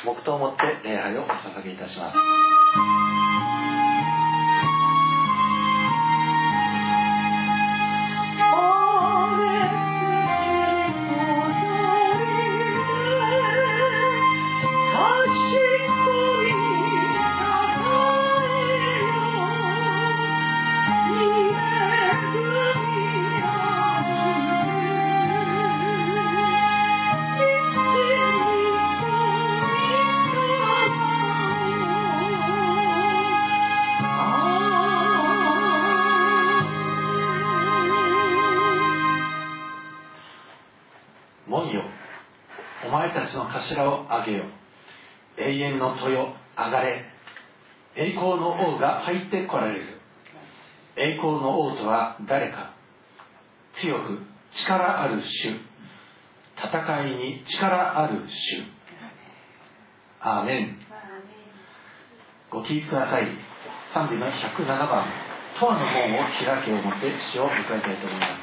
黙祷をもって礼拝をお捧げいたします。頭を上げよ、永遠の豊上がれ、栄光の王が入ってこられる。栄光の王とは誰か。強く力ある主、戦いに力ある主。アーメン。ご聞きください。賛美の107番、永遠の門を開けをもって詩を迎えたいと思います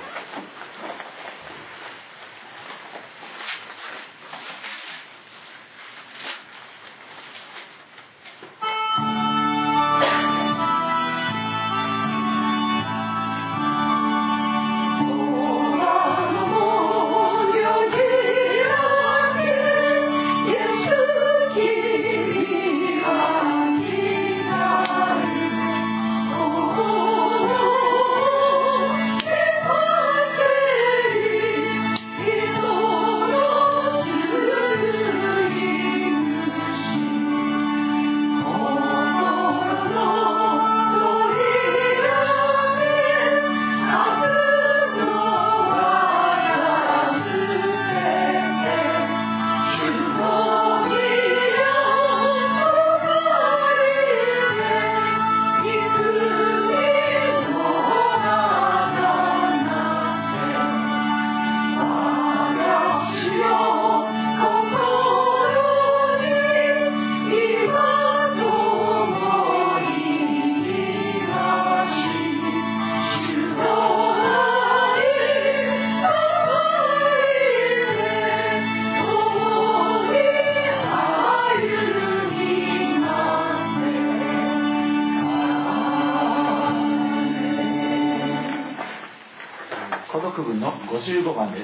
。55番です。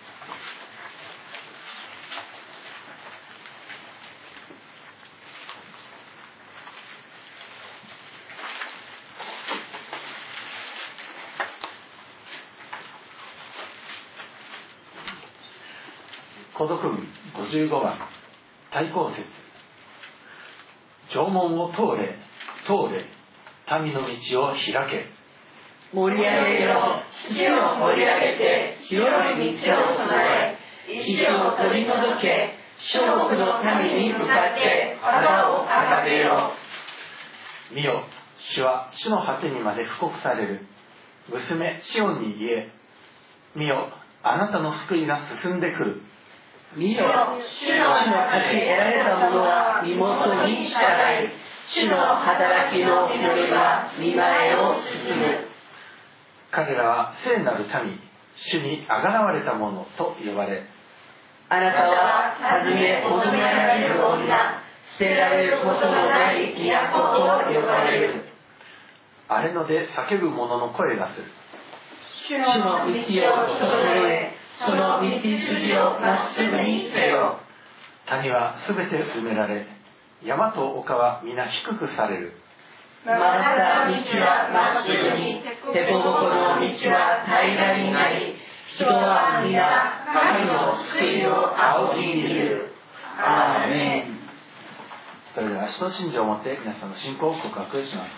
孤独文55番、対抗節。城門を通れ、通れ、民の道を開け。 盛り上げよ、土を盛り上げて、広い道を備え、石を取り除け、諸国の民に向かって旗を掲げよ。 見よ、主は地の果てにまで布告される。娘シオンに言え、見よ、あなたの救いが進んでくる。 見よ、主の勝ち得られた者は身元に従い、主の働きの祈りは御前を進む。 彼らは聖なる民、主にあがらわれた者と呼ばれ、 あなたははじめ求められる女、捨てられることのない都と呼ばれる。 荒れ野で叫ぶ者の声がする。 主の道を整え、その道筋をまっすぐにせよ。 谷はすべて埋められ、山と丘は皆低くされる。 また道はまっすぐに、凸凹の道は平らになり、人は皆神の救いを仰ぎ見る。アーメン。 それでは使徒信条をもって皆さんの信仰を告白します。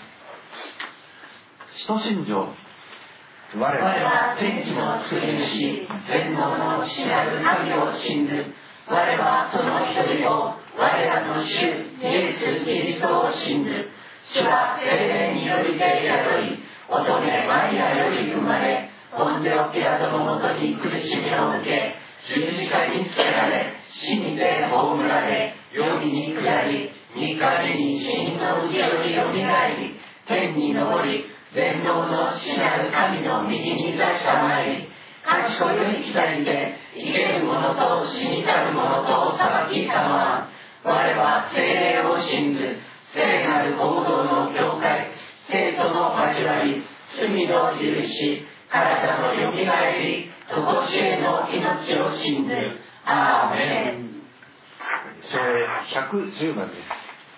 使徒信条。 我は天地の作り主、全能の父なる神を信ず。我はその一人を、我らの主イエス・キリストを信ず。主は聖霊によりて宿り、乙女マリアより生まれ、ポンデオピラトのもとに苦しみを受け、十字架につけられ、死にて葬られ、黄泉に下り、三日目に死人のうちよりよみがえり、天に昇り、全能の父なる神の右に座したまえり、賢い光で生ける者と死にたる者と裁きたまわ。 我は聖霊を信ず。聖なる合同の教会、聖徒の交わり、罪の許し、体のよみがえり、とこしえの命を信ず。アーメン。 唱詠110番です。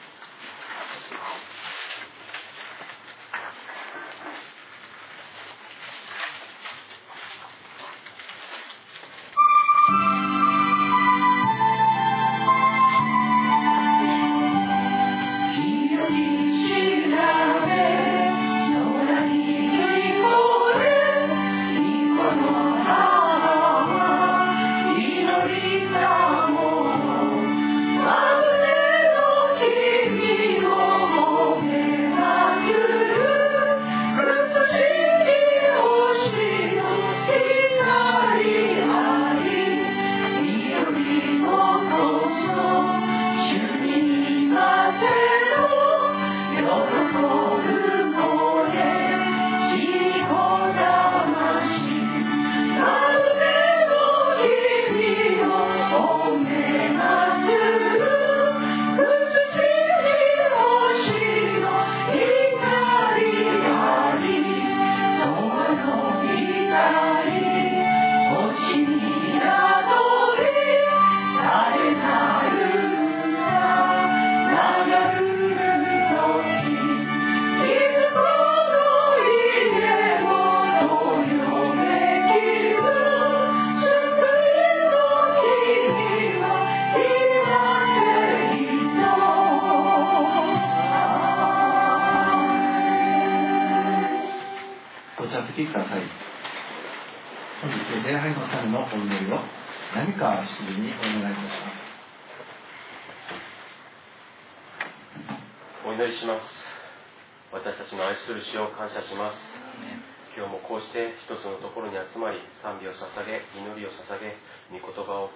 主を感謝します。今日もこうして一つのところに集まり、賛美を捧げ、祈りを捧げ、御言葉を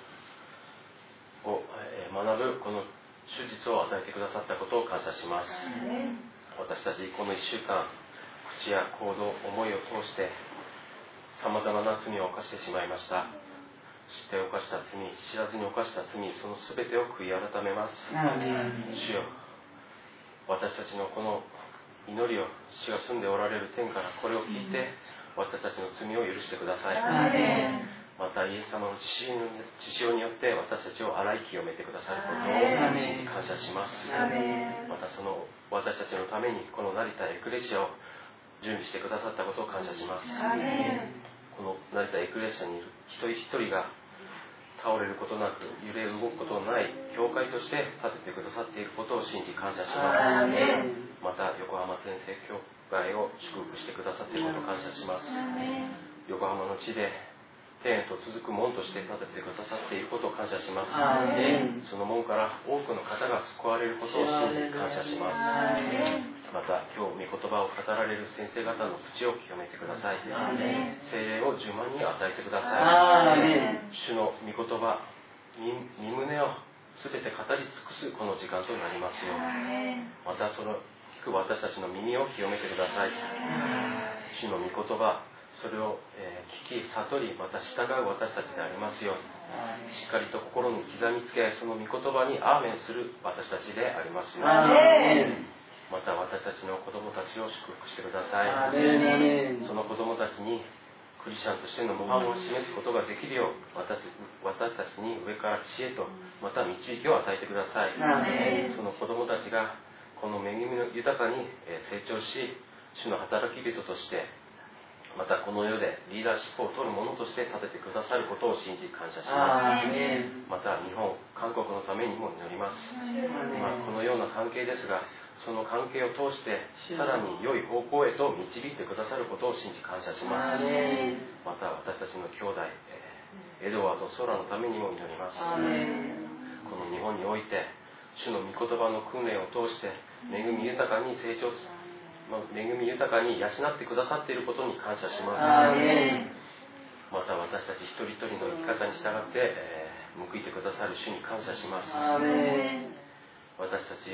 学ぶこの手術を与えてくださったことを感謝します。私たちこの1週間、口や行動、思いを通してさまざまな罪を犯してしまいました。知って犯した罪、知らずに犯した罪、その全てを悔い改めます。主よ、私たちのこの祈りを主が住んでおられる天からこれを聞いて私たちの罪を許してください。またイエス様の血潮によって私たちを洗い清めてくださることを信じ感謝します。またその私たちのためにこの成田エクレシアを準備してくださったことを感謝します。この成田エクレシアにいる一人一人が倒れることなく揺れ動くことのない教会として立ててくださっていることを信じ感謝します。また横浜天聖教会を祝福してくださっていることを感謝します。横浜の地で天へと続く門として立ててくださっていることを感謝します。その門から多くの方が救われることを信じ感謝します。また今日御言葉を語られる先生方の口を清めてください。聖霊を10万に与えてください。主の御言葉、御胸をすべて語り尽くすこの時間となりますよう。またその聞く私たちの耳を清めてください。主の御言葉、それを聞き悟り、また従う私たちでありますように。しっかりと心に刻みつけ、その御言葉にアーメンする私たちでありますように。また私たちの子供たちを祝福してください。その子供たちにクリスチャンとしての模範を示すことができるよう、私たちに上から知恵とまた導きを与えてください。その子供たちがこの恵みの豊かに成長し、主の働き人としてまたこの世でリーダーシップを取る者として立ててくださることを信じ感謝します。また日本、韓国のためにも祈ります。今このような関係ですが、その関係を通してさらに良い方向へと導いてくださることを信じ感謝します。また私たちの兄弟エドワード・ソラのためにも祈ります。この日本において主の御言葉の訓練を通して恵み豊かに成長する、恵み豊かに養ってくださっていることに感謝します。また私たち一人一人の生き方に従って報いてくださる主に感謝します。私た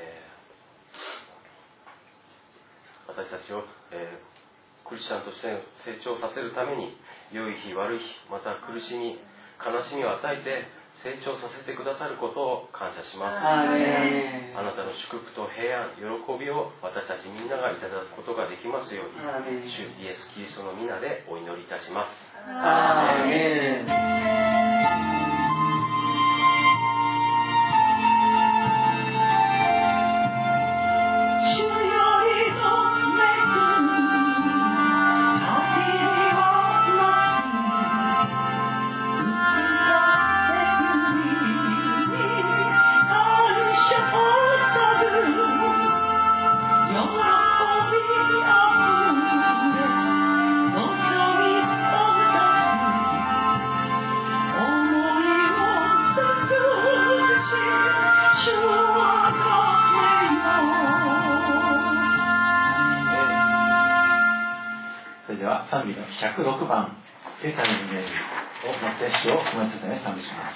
ちを、クリスチャンとして成長させるために良い日悪い日、また苦しみ悲しみを与えて成長させてくださることを感謝します。 アーメン。 あなたの祝福と平安、喜びを私たちみんながいただくことができますように、主イエス・キリストの皆でお祈りいたします。 アーメン。 賛美の106番「天下のイメージ」を持って主を褒めてね賛美します。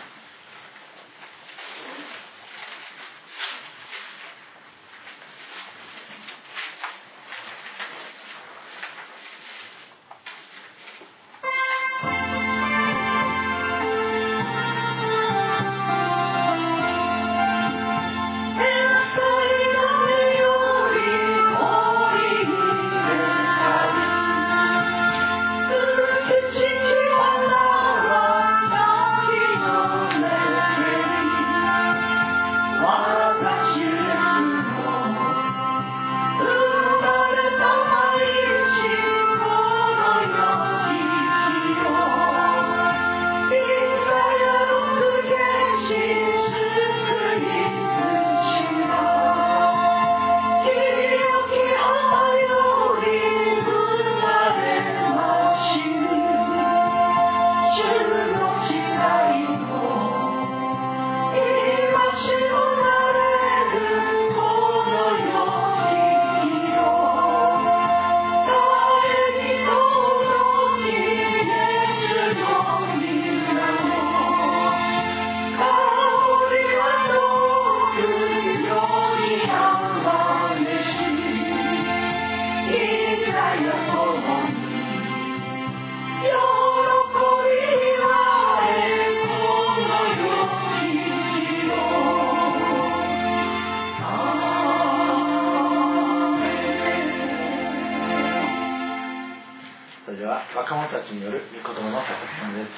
若者たちによる御言葉の作品です。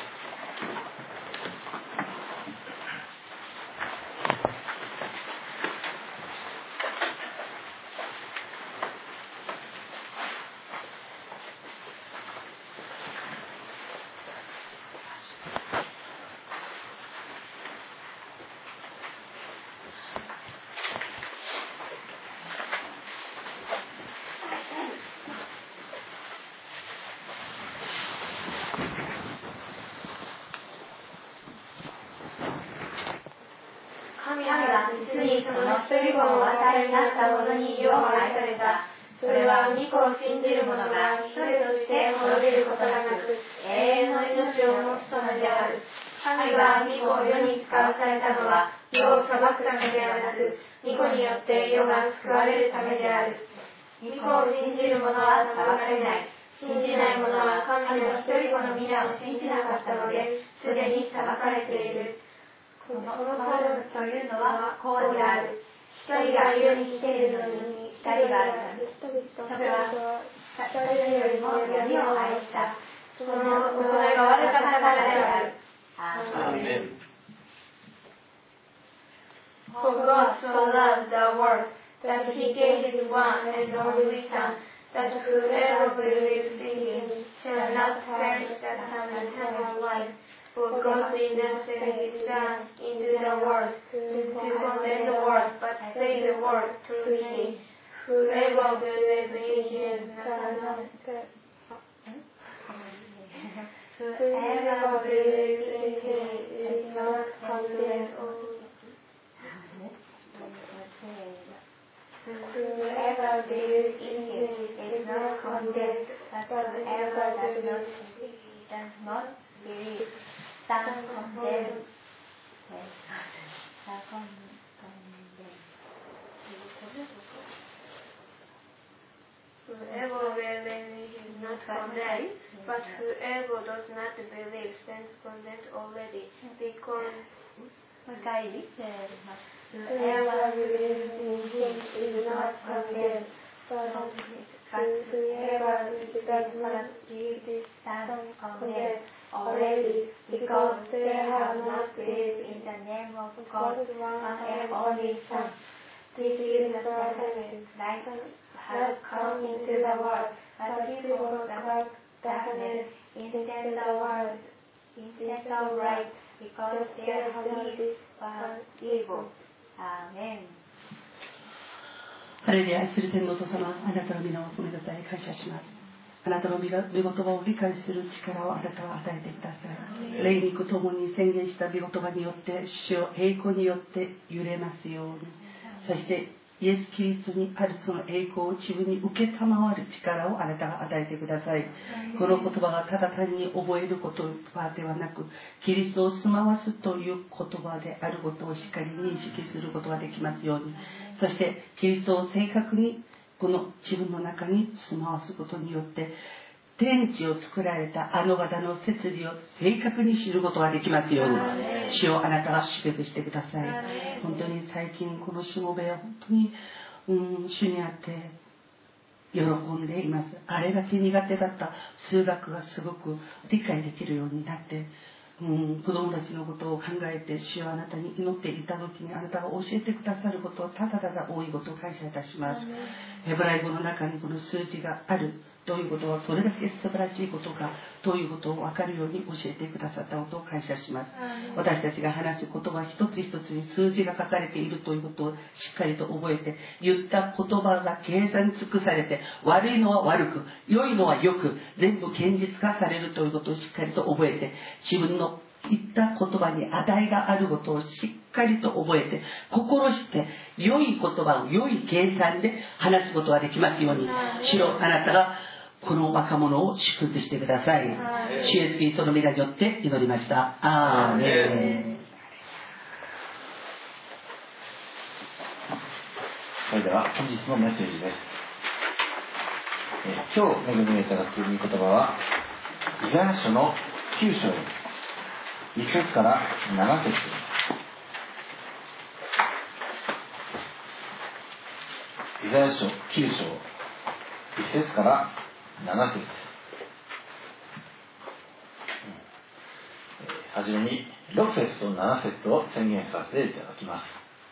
神が実にその一人子をお与えになったほどに世を愛された。それは御子を信じる者が一人として滅びることがなく、永遠の命を持つためである。神が御子を世に使わされたのは、世を裁くためではなく、御子によって世が救われるためである。御子を信じる者は裁かれない。信じない者は神の一人子の皆を信じなかったので、すでに裁かれている。この殺されるというのはこうである。光が世に来ているのに光がある。それは光よりも闇を愛した。その行いが悪かったからである。アーメン。For God so loved the world that He gave His one and only Son, that whoever believes in Him shall not perish but have eternal life. For God did not send His Son into the world to condemn the world, but save the world through Him. Whoever believes in Him shall not Whoever believes in Him is not condemned. Whoever believes in Him is not condemned, but whoever does not believe stands condemned. Whoever believes is not condemned, but whoever does not believe stands condemned already, because 回ります。Whoever believes in him is not condemned, but whoever does not believe is condemned already, because they have not believed in the name of God's one and only Son. This is the darkness, light has come into the world, but people love darkness instead of light, because their deeds were evil. アーメン。 ハレルヤ、愛する天皇と様、あなたの皆をごめんなさい、感謝します。あなたの御言葉を理解する力をあなたは与えてください。霊肉ともに宣言した御言葉によって主を栄光によって揺れますように、そしてイエス・キリストにあるその栄光を自分に受けたまわる力をあなたが与えてください。この言葉がただ単に覚える言葉ではなく、キリストを住まわすという言葉であることをしっかり認識することができますように、そしてキリストを正確にこの自分の中に住まわすことによって天地を作られたあの方の摂理を正確に知ることができますように、主をあなたは祝福してください。本当に最近このしもべは本当に、主にあって喜んでいます。あれだけ苦手だった数学がすごく理解できるようになって、子供たちのことを考えて主はあなたに祈っていた時にあなたが教えてくださることをただただ多いことを感謝いたします。ヘブライ語の中にこの数字があるということはそれだけ素晴らしいことかということを分かるように教えてくださったことを感謝します。私たちが話す言葉一つ一つに数字が書かれているということをしっかりと覚えて、言った言葉が計算尽くされて、悪いのは悪く良いのは良く全部現実化されるということをしっかりと覚えて、自分の言った言葉に値があることをしっかりと覚えて、心して良い言葉を良い計算で話すことができますように、主よあなたがこの若者を祝福してください。主イエスキリストの皆によって祈りました。アーメン。 それでは本日のメッセージです。今日恵みいただく御言葉はイザヤ書の9章1節から7節。イザヤ書9章1節から7節。はじめに6節と7節を宣言させていただきます。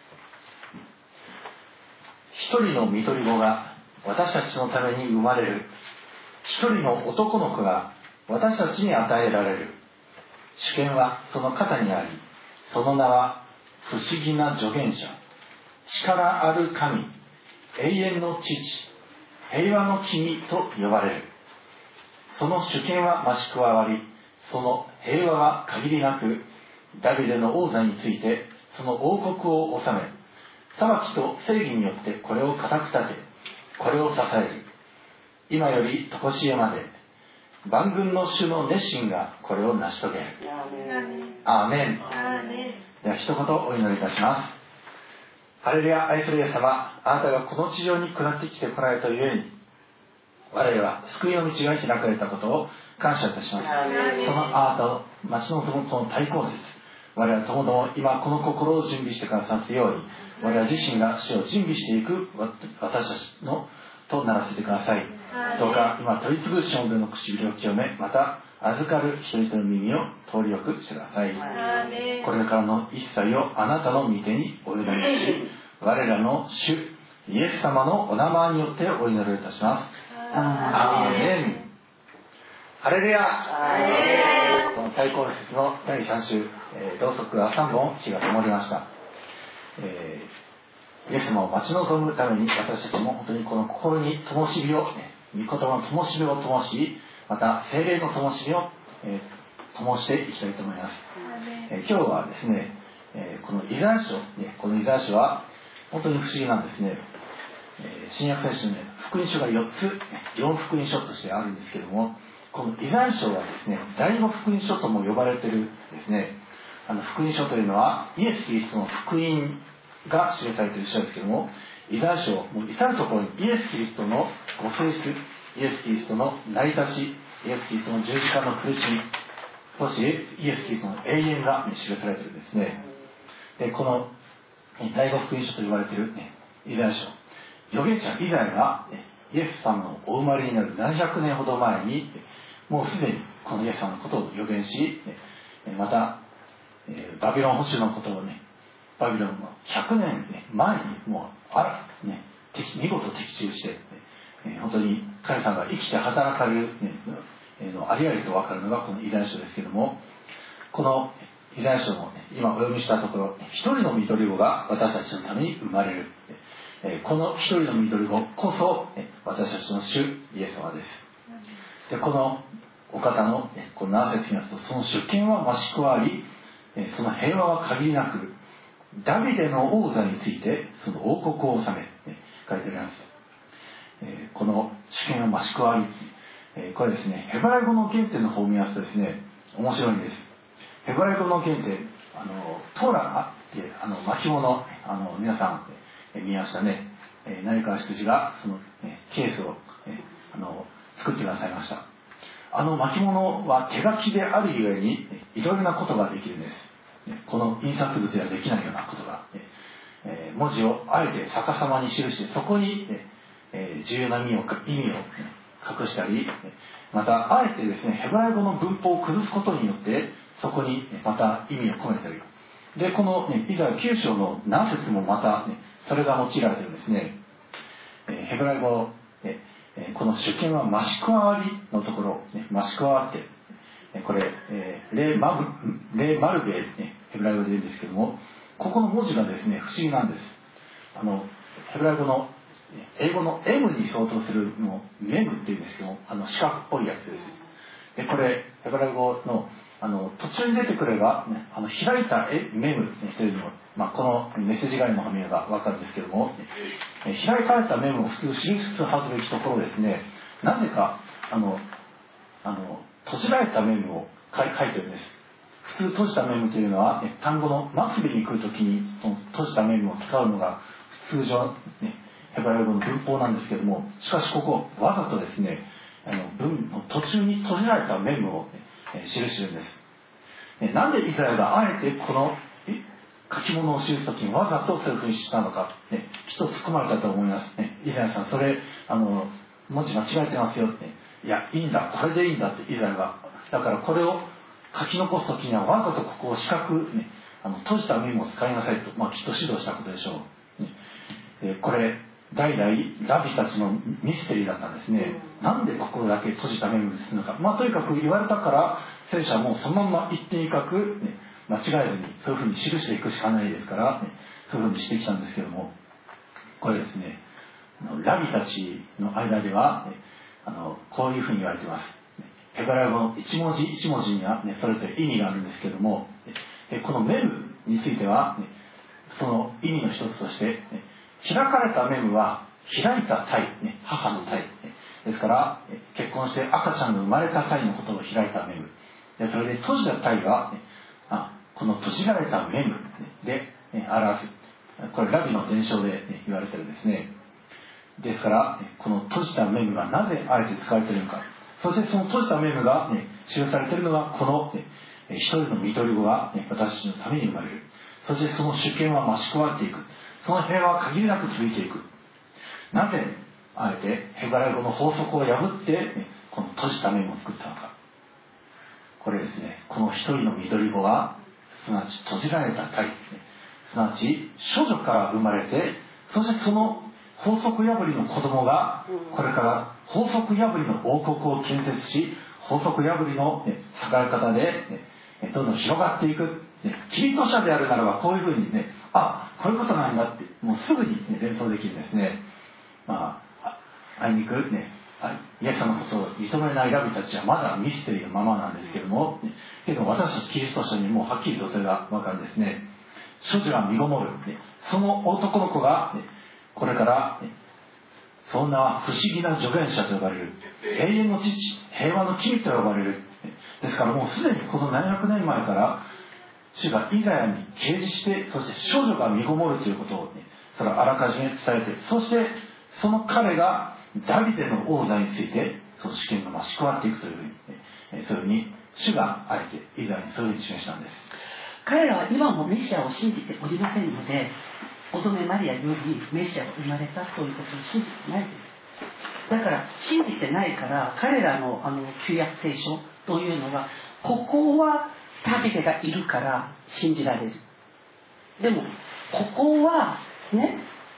一人の見取り子が私たちのために生まれる。一人の男の子が私たちに与えられる。主権はその肩にあり、その名は不思議な助言者、力ある神、永遠の父、平和の君と呼ばれる。その主権は増し加わり、その平和は限りなく、ダビデの王座についてその王国を治め、裁きと正義によってこれを固く立て、これを支える。今より常しえまで、万軍の主の熱心がこれを成し遂げる。アーメン。では一言お祈りいたします。ハレルヤ、愛するイエス様、あなたがこの地上に下ってきてこられたゆえに、我々は救いの道が開かれたことを感謝いたします。そのあなたの待ち望むこの対抗節、我々はともども今この心を準備してくださったように、我々自身が主を準備していく私たちのとならせてください。どうか今取り次ぐしもべの唇を清め、また預かる人々の耳を通りよくしてください。これからの一切をあなたの御手にお委ねし、我らの主イエス様のお名前によってお祈りいたします。アーメン。ハレルヤ。この対抗節の第3週、ろうそくが3本火が灯りました。イエス様を待ち望むために私たちも本当にこの心に灯火を、御言葉の灯火を灯し、また聖霊の灯火を、灯していきたいと思います。今日はですね、このイザヤ書、このイザヤ書は本当に不思議なんですね。新約聖書に福音書が4つ、4福音書としてあるんですけども、このイザヤ書はですね、第5福音書とも呼ばれているんですね。福音書というのはイエス・キリストの福音が記されている書ですけども、イザヤ書も至るところにイエス・キリストのご性質、イエス・キリストの成り立ち、イエス・キリストの十字架の苦しみ、そしてイエス・キリストの永遠が記されているんですね。 この第五福音書と言われているイザヤ書、預言者イザヤがイエス様のお生まれになる700年ほど前にもうすでにこのイエス様のことを予言し、またバビロン保守のことをバビロンの100年前にもう見事的中して、本当に神様が生きて働かれるありありと分かるのがこのイザヤ書ですけれども、このイザヤ書の今お読みしたところ、一人の御霊子が私たちのために生まれる、この一人の御霊子こそ私たちの主イエス様です。でこのお方のこの7節にますと、その主権は増し加わり、その平和は限りなく、ダビデの王座についてその王国を治め、書いてあります。この主権は増し加わり、これですね、ヘブライ語の原点の方を見ますとですね、面白いんです。ヘブライ語の原点、トーラって巻物、皆さん見ましたね。何か羊がそのケースを作ってくださいました。巻物は手書きであるゆえにいろいろなことができるんです。この印刷物ではできないようなことが、文字をあえて逆さまに記してそこに重要な意味を隠したり、またあえてですねヘブライ語の文法を崩すことによってそこにまた意味を込めたり、でこのイザヤ9章の何節もまたそれが用いられているんですね。ヘブライ語この主権は増し加わりのところ、増し加わって、これ、レマルベヘブライ語で言うんですけども、ここの文字がですね不思議なんです。ヘブライ語の英語の M に相当するのをメムっていうんですけども、四角っぽいやつです。でこれヘブライ語の途中に出てくれば、開いたメムというのを、このメッセージ概念を見れば分かるんですけども、開かれたメムを普通記すはずべきところですね、なぜか閉じられたメムを書いてるんです。普通閉じたメムというのは、単語の末尾に来るときにその閉じたメムを使うのが通常、ヘブライ語の文法なんですけども、しかしここわざとですね文の途中に閉じられたメムを記してるんです。なんでイザヤがあえてこの書き物を記すときにわざとそういうふうにしたのか、きっと突っ込まれたと思います。イザヤさん、それ文字間違えてますよって、いやいいんだ、これでいいんだってイザヤが、だからこれを書き残すときにはわざとここを四角閉じたメモを使いなさいと、きっと指導したことでしょう。これ代々ラビたちのミステリーだったんですね。なんでここだけ閉じたメモにするのか、とにかく言われたから聖書はもうそのまま一点一角、間違えずにそういうふうに記していくしかないですから、そういうふうにしてきたんですけども、これですねラビたちの間では、こういうふうに言われています。ヘブライ語の一文字一文字には、それぞれ意味があるんですけども、このメムについては、その意味の一つとして、開かれたメムは開いた胎、母の胎ですから、結婚して赤ちゃんが生まれた胎のことを開いたメムで、それで閉じた胎はこの閉じられたメムで表す。これラビの伝承で言われてるんですね。ですからこの閉じたメムがなぜあえて使われているのか、そしてその閉じたメムが記されているのがこの一人の御霊子が私たちのために生まれる。そしてその主権は増し加わっていく。その平和は限りなく続いていく。なぜあえてヘブライ語の法則を破ってこの閉じた面を作ったのか。これですね、この一人の緑子がすなわち閉じられた体、すなわち処女から生まれて、そしてその法則破りの子供がこれから法則破りの王国を建設し、法則破りの栄え方でどんどん広がっていく。キリスト者であるならばこういうふうにこういうことなんだってもうすぐに連想できるんですね。あいにくイエス様のことを認めないラビたちはまだミステリーのままなんですけども、私たちキリスト者にもはっきりとそれが分かるんですね。処女は身ごもる。その男の子がこれからそんな不思議な助言者と呼ばれる、永遠の父、平和の君と呼ばれる。ですからもうすでにこの700年前から主がイザヤに掲示して、そして少女が身ごもるということをそれはあらかじめ伝えて、そしてその彼がダビデの王座についてその主権が増し加わっていくというふうに、そういうふうに主があえてイザヤにそういうふうに示したんです。 彼らは今もメシアを信じておりませんので、乙女マリアよりメシアが生まれたということを信じてないです。だから信じてないから、彼らの旧約聖書というのは、ここはダビデがいるから信じられる。でもここはね、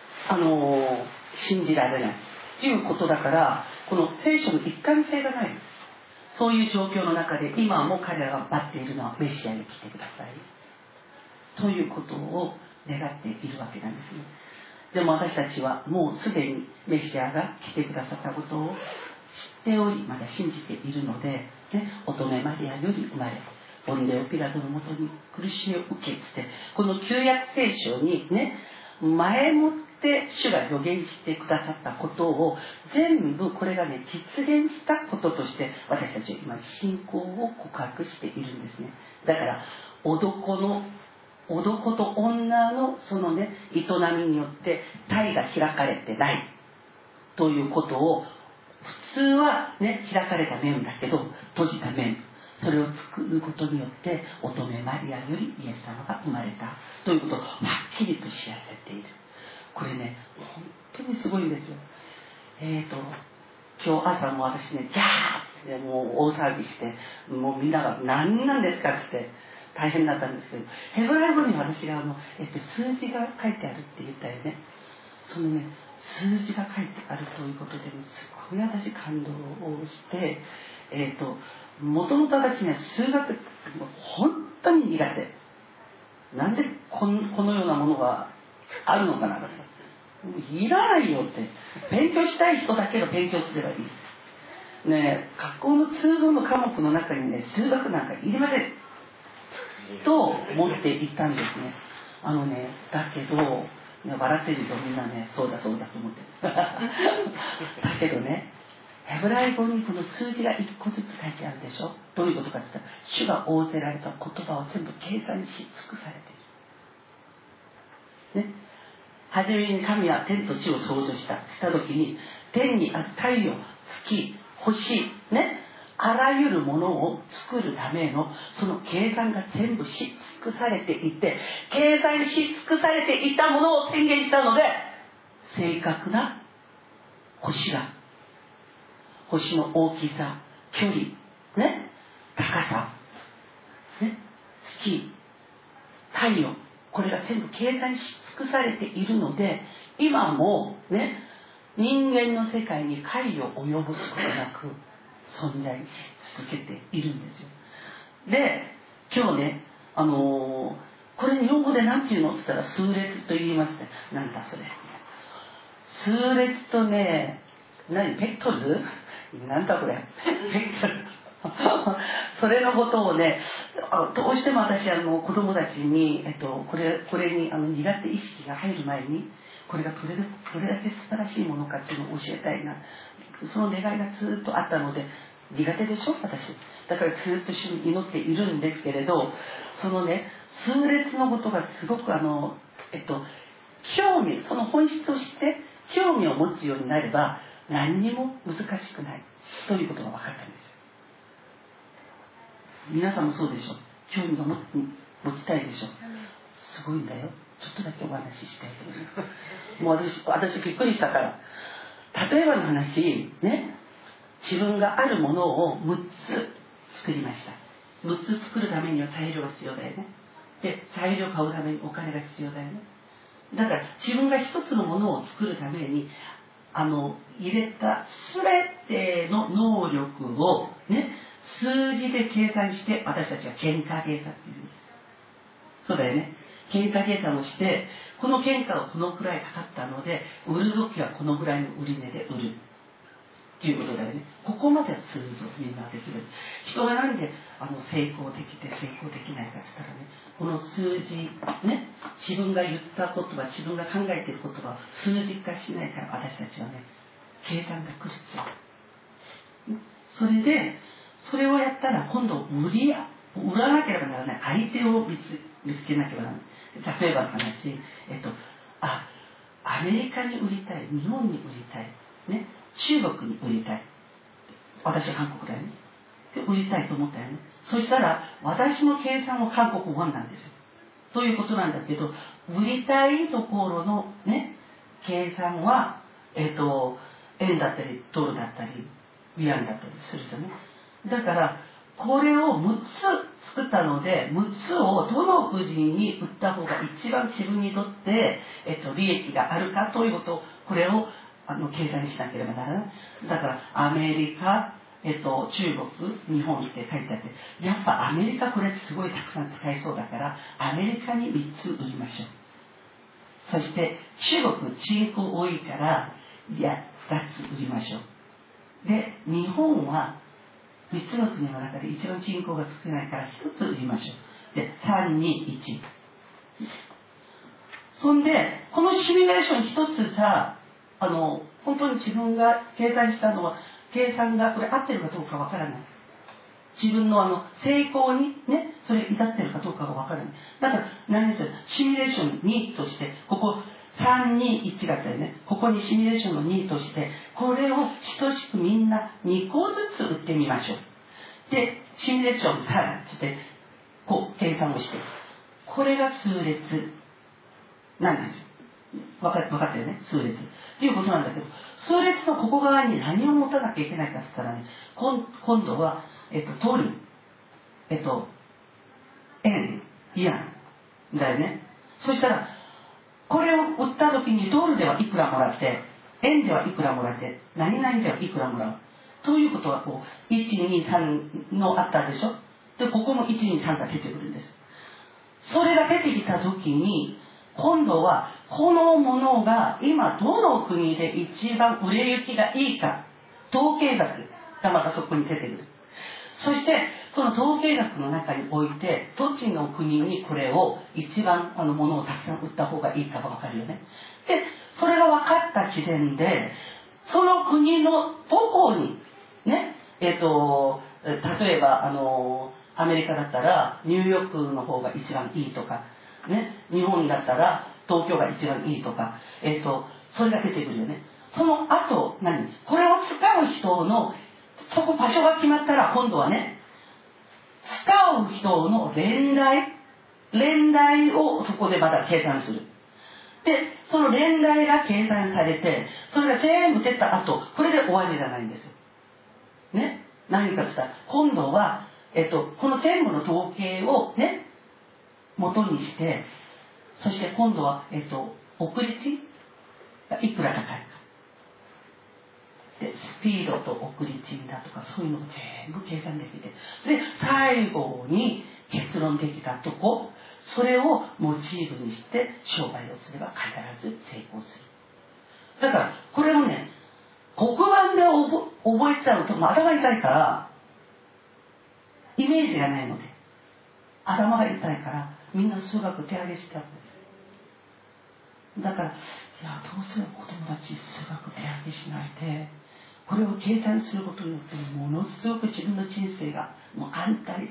信じられないということだから、この聖書の一貫性がない。そういう状況の中で今も彼らが待っているのはメシアに来てくださいということを願っているわけなんですね。でも私たちはもうすでにメシアが来てくださったことを知っており、まだ信じているので、ね、乙女マリアより生まれ、ポンデオピラトのもとに苦しみを受けて、この旧約聖書にね、前もって主が予言してくださったことを全部これがね、実現したこととして私たちは今信仰を告白しているんですね。だから男と女のそのね、営みによって体が開かれてないということを、普通はね、開かれた面だけど閉じた面、それを作ることによって乙女マリアよりイエス様が生まれたということをはっきりと知らせている。これね、本当にすごいんですよ。今日朝も私ね、ギャーってもう大騒ぎして、もうみんなが何なんですかって大変だったんですけど、ヘブライ語に私が数字が書いてあるって言ったよね。そのね、数字が書いてあるということで、ね、すごい私感動をして、もともと私ね、数学本当に苦手。なんでこのようなものがあるのかなと。いらないよって。勉強したい人だけが勉強すればいい。ねえ、学校の通常の科目の中にね、数学なんかいりません。と思っていたんですね。だけど、ね、笑ってるとみんなね、そうだそうだと思ってる。だけどね、ヘブライ語にこの数字が1個ずつ書いてあるでしょ。どういうことかって言ったら、主が仰せられた言葉を全部計算し尽くされている。ね。はじめに神は天と地を創造した時に、天にある太陽、月、星、ね、あらゆるものを作るためのその計算が全部し尽くされていて、計算し尽くされていたものを宣言したので、正確な星の大きさ、距離、ね、高さ、ね、月、太陽、これが全部計算し尽くされているので、今もね、人間の世界に害を及ぼすことなく存在し続けているんですよ。で、今日ね、これ日本語で何て言うのって言ったら、数列と言いますね。なんだそれ。数列とね、ベクトル？なんだこれ。ベクトル。それのことをね、どうしても私子供たちに、これに苦手意識が入る前に、これがどれだけ素晴らしいものかっていうのを教えたいな、その願いがずっとあったので、苦手でしょ私。だからずっと一緒に祈っているんですけれど、そのね、数列のことがすごく興味、その本質として興味を持つようになれば何にも難しくないということが分かったんですよ。皆さんもそうでしょ。興味が持ちたいでしょ。すごいんだよ。ちょっとだけお話ししたいと思います。もう私びっくりしたから。例えばの話ね、自分があるものを6つ作りました。6つ作るためには材料が必要だよね。で、材料を買うためにお金が必要だよね。だから自分が一つのものを作るために入れた全ての能力をね、数字で計算して私たちは原価計算っていうんです。そうだよね。原価計算をして、この原価がこのくらいかかったので、売るときはこのぐらいの売り値で売るっていうことだよね。ここまでは通常みんなできる。人がなんで成功できて成功できないかって言ったらね、この数字ね、自分が言った言葉、自分が考えている言葉を数字化しないから私たちはね、計算が苦しちゃう。それでそれをやったら今度売らなければならない相手を見つけなければならない。例えばの話、アメリカに売りたい、日本に売りたい、ね、中国に売りたい。私は韓国だよね。 で売りたいと思ったよね。そしたら私の計算も韓国ウォンなんですよ。ということなんだけど、売りたいところのね計算は円だったりドルだったりウィアンだったりするじゃね。だからこれを6つ作ったので、6つをどの国に売った方が一番自分にとって、利益があるかということを、これを計算しなければならない。だからアメリカ、中国、日本って書いてあって、やっぱアメリカこれすごいたくさん使えそうだから、アメリカに3つ売りましょう。そして中国人口多いから、いや2つ売りましょう。で、日本は3つの国の中で一番人口が少ないから1つ売りましょう。で、3、2、1。そんで、このシミュレーション一つさ、本当に自分が計算したのは、計算がこれ合ってるかどうかわからない。自分の成功にね、それ至ってるかどうかがわからない。だから何ですよ、シミュレーション2として、ここ3、2、1だったよね。ここにシミュレーションの2として、これを等しくみんな2個ずつ打ってみましょう。で、シミュレーション3って、こう計算をして、これが数列なんですよ。分かったよね、数列。っていうことなんだけど、数列のここ側に何を持たなきゃいけないかって言ったらね、今度は、ドル、円、イアンだよね。そしたら、これを売った時にドルではいくらもらって、円ではいくらもらって、何々ではいくらもらう。ということは、こう、1、2、3のあったでしょ。で、ここも1、2、3が出てくるんです。それが出てきた時に、今度はこのものが今どの国で一番売れ行きがいいか、統計学がまたそこに出てくる。そしてその統計学の中において、どっちの国にこれを一番ものをたくさん売った方がいいかが分かるよね。で、それが分かった時点で、その国のどこにね、例えばアメリカだったらニューヨークの方が一番いいとかね、日本だったら東京が一番いいとか、それが出てくるよね。その後、これを使う人の、そこ場所が決まったら、今度はね、使う人の連題をそこでまた計算する。で、その連題が計算されて、それが全部出た後、これで終わりじゃないんですよ。ね。何かしたら、今度は、この全部の統計をね、元にして、そして今度は、送り賃がいくら高いか。で、スピードと送り賃だとか、そういうのを全部計算できて、で、最後に結論できたとこ、それをモチーフにして商売をすれば必ず成功する。だから、これをね、黒板で覚えちゃうと、頭痛いから、イメージがないので、頭が痛いから、みんな数学手上げしてたんです。だから、いや、どうすれば子供たち数学手上げしないで、これを計算することによって、ものすごく自分の人生がもう安泰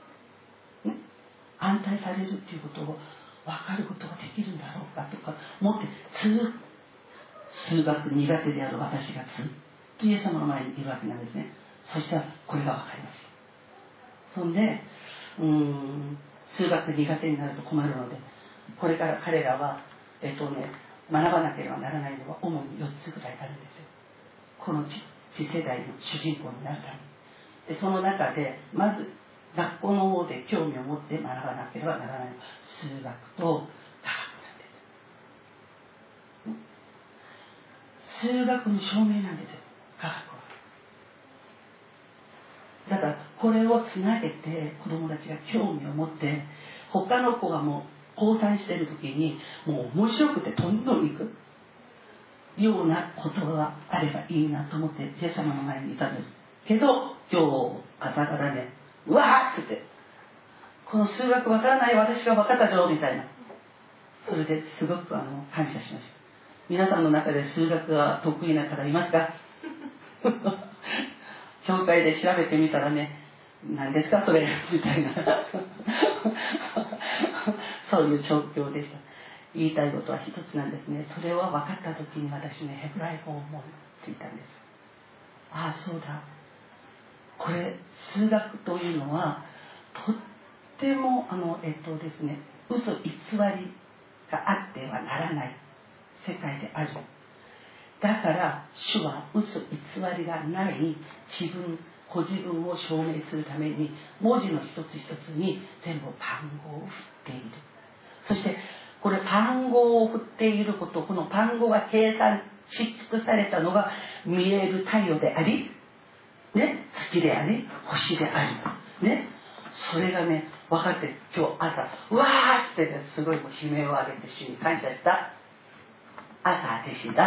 されるっていうことを分かることができるんだろうかとか思って、数学苦手である私がずっとイエス様の前にいるわけなんですね。そしたらこれが分かります。そんで、数学苦手になると困るので、これから彼らは、学ばなければならないのは主に4つぐらいあるんですよ。この次世代の主人公になるために。で、その中で、まず、学校の方で興味を持って学ばなければならないのは、数学と科学なんです。数学の証明なんですよ、科学は。だから、これをつなげて、子供たちが興味を持って、他の子がもう、交際している時に、もう面白くてどんどん行くようなことがあればいいなと思って、イエス様の前にいたんです。けど、今日、朝からね、うわーって言って、この数学わからない私が分かったぞ、みたいな。それですごく感謝しました。皆さんの中で数学が得意な方いますか？教会で調べてみたらね、何ですかそれみたいなそういう状況でした。言いたいことは一つなんですね。それは分かった時に私ね、ヘブライ語を思いついたんです。ああ、そうだ。 これ数学というのはとってもですね、嘘偽りがあってはならない世界である。だから主は嘘偽りがないご自分を証明するために文字の一つ一つに全部番号を振っている。そしてこれ番号を振っていること、この番号が計算し尽くされたのが見える太陽であり、ね、月であり、星であり、ね、それがね分かって、今日朝うわーってね、すごいもう悲鳴を上げて主に感謝した朝でした。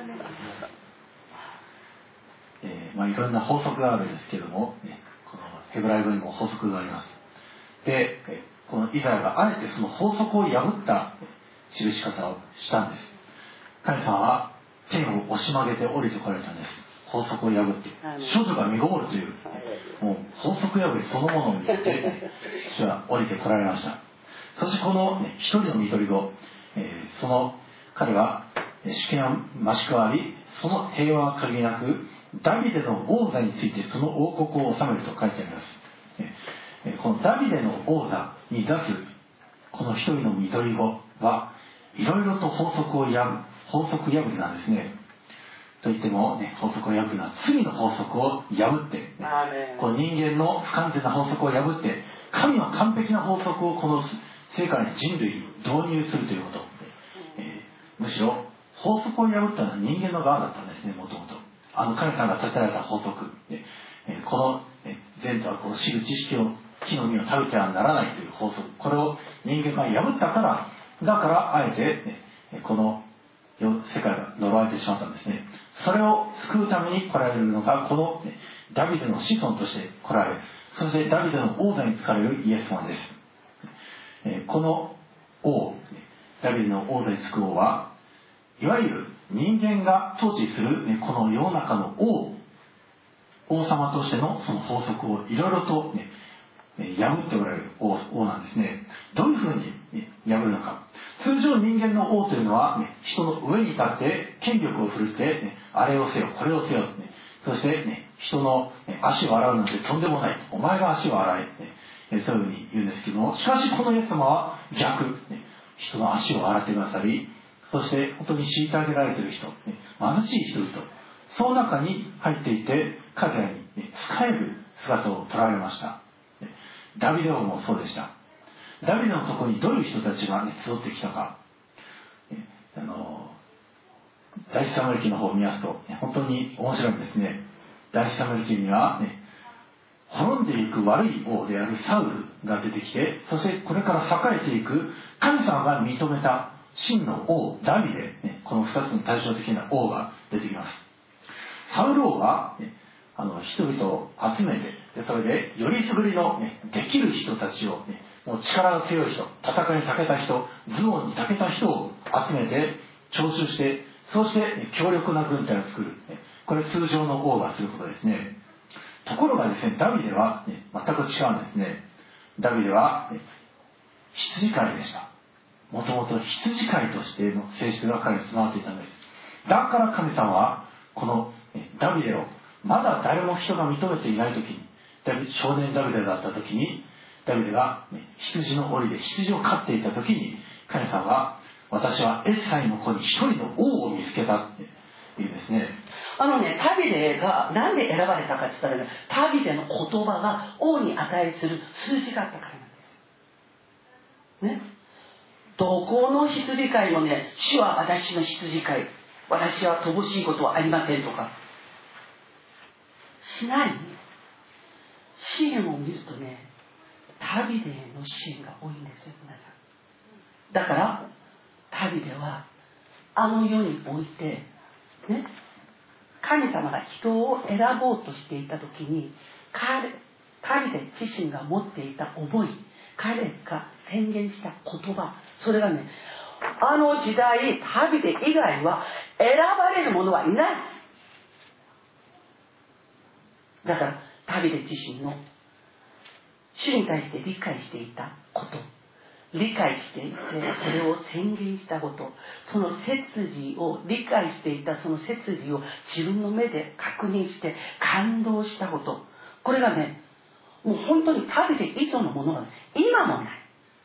いろんな法則があるんですけども、このヘブライ語にも法則があります。で、このイザヤがあえてその法則を破った記し方をしたんです。神様は天を押し曲げて降りてこられたんです。法則を破って、処女が身ごもるという、もう法則破りそのものによって主は降りてこられました。そしてこの、一人の緑子、その彼は主権を増し加わり、その平和は限りなくダビデの王座についてその王国を治めると書いてあります。このダビデの王座に出すこの一人の緑子はいろいろと法則破りなんですね。といっても、法則を破るのは罪の法則を破って、この人間の不完全な法則を破って神の完璧な法則をこの世界に人類に導入するということ、むしろ法則を破ったのは人間の側だったんですね。もともと神様が立てられた法則、この前途はこの知る知識を木の実を食べてはならないという法則、これを人間が破ったからだからあえて、この世界が呪われてしまったんですね。それを救うために来られるのがこのダビデの子孫として来られ、そしてダビデの王座に就かれるイエス様です。この王、ダビデの王座に就く王はいわゆる人間が統治するこの世の中の王様としてのその法則をいろいろと破っておられる王なんですね。どういうふうに破るのか。通常人間の王というのは人の上に立って権力を振るってあれをせよこれをせよ、そして人の足を洗うなんてとんでもない、お前が足を洗え、そういうふうに言うんですけども、しかしこのイエス様は逆、人の足を洗ってくださり、そして本当に虐げられている人、貧しい人々、その中に入っていて彼らに仕える姿を取られました。ダビデ王もそうでした。ダビデのところにどういう人たちが、集ってきたか、第一サムエル記の方を見ますと、本当に面白いんですね。第一サムエル記には、滅んでいく悪い王であるサウルが出てきて、そしてこれから栄えていく神様が認めた真の王ダビデ、この2つの対照的な王が出てきます。サウル王は、人々を集めて、それでよりすぐりの、できる人たちを、もう力が強い人、戦いに長けた人、頭脳に長けた人を集めて徴収して、そして、強力な軍隊を作る、これ通常の王がすることですね。ところがですね、ダビデは、全く違うんですね。ダビデは、羊飼いでした。もともと羊飼いとしての性質が彼に備わっていたんです。だから神様はこのダビデをまだ誰も人が認めていない時に、少年ダビデだった時に、ダビデが羊の檻で羊を飼っていた時に、神様は私はエッサイの子に一人の王を見つけたっていうですね。 ダビデがなんで選ばれたかって言ったら、ダビデの言葉が王に値する数字があったからなんですね。どこの羊飼いも主は私の羊飼い、私は乏しいことはありませんとかしない。支援を見るとダビデの支援が多いんですよ、皆さん。だからダビデは世において神様が人を選ぼうとしていた時に、ダビデ自身が持っていた思い、彼が宣言した言葉、それが時代ダビデ以外は選ばれる者はいない。だからダビデ自身の主に対して理解していたこと、理解していてそれを宣言したこと、その摂理を理解していたその摂理を自分の目で確認して感動したこと、 これがね、もう本当に食べて以上のものが今もない。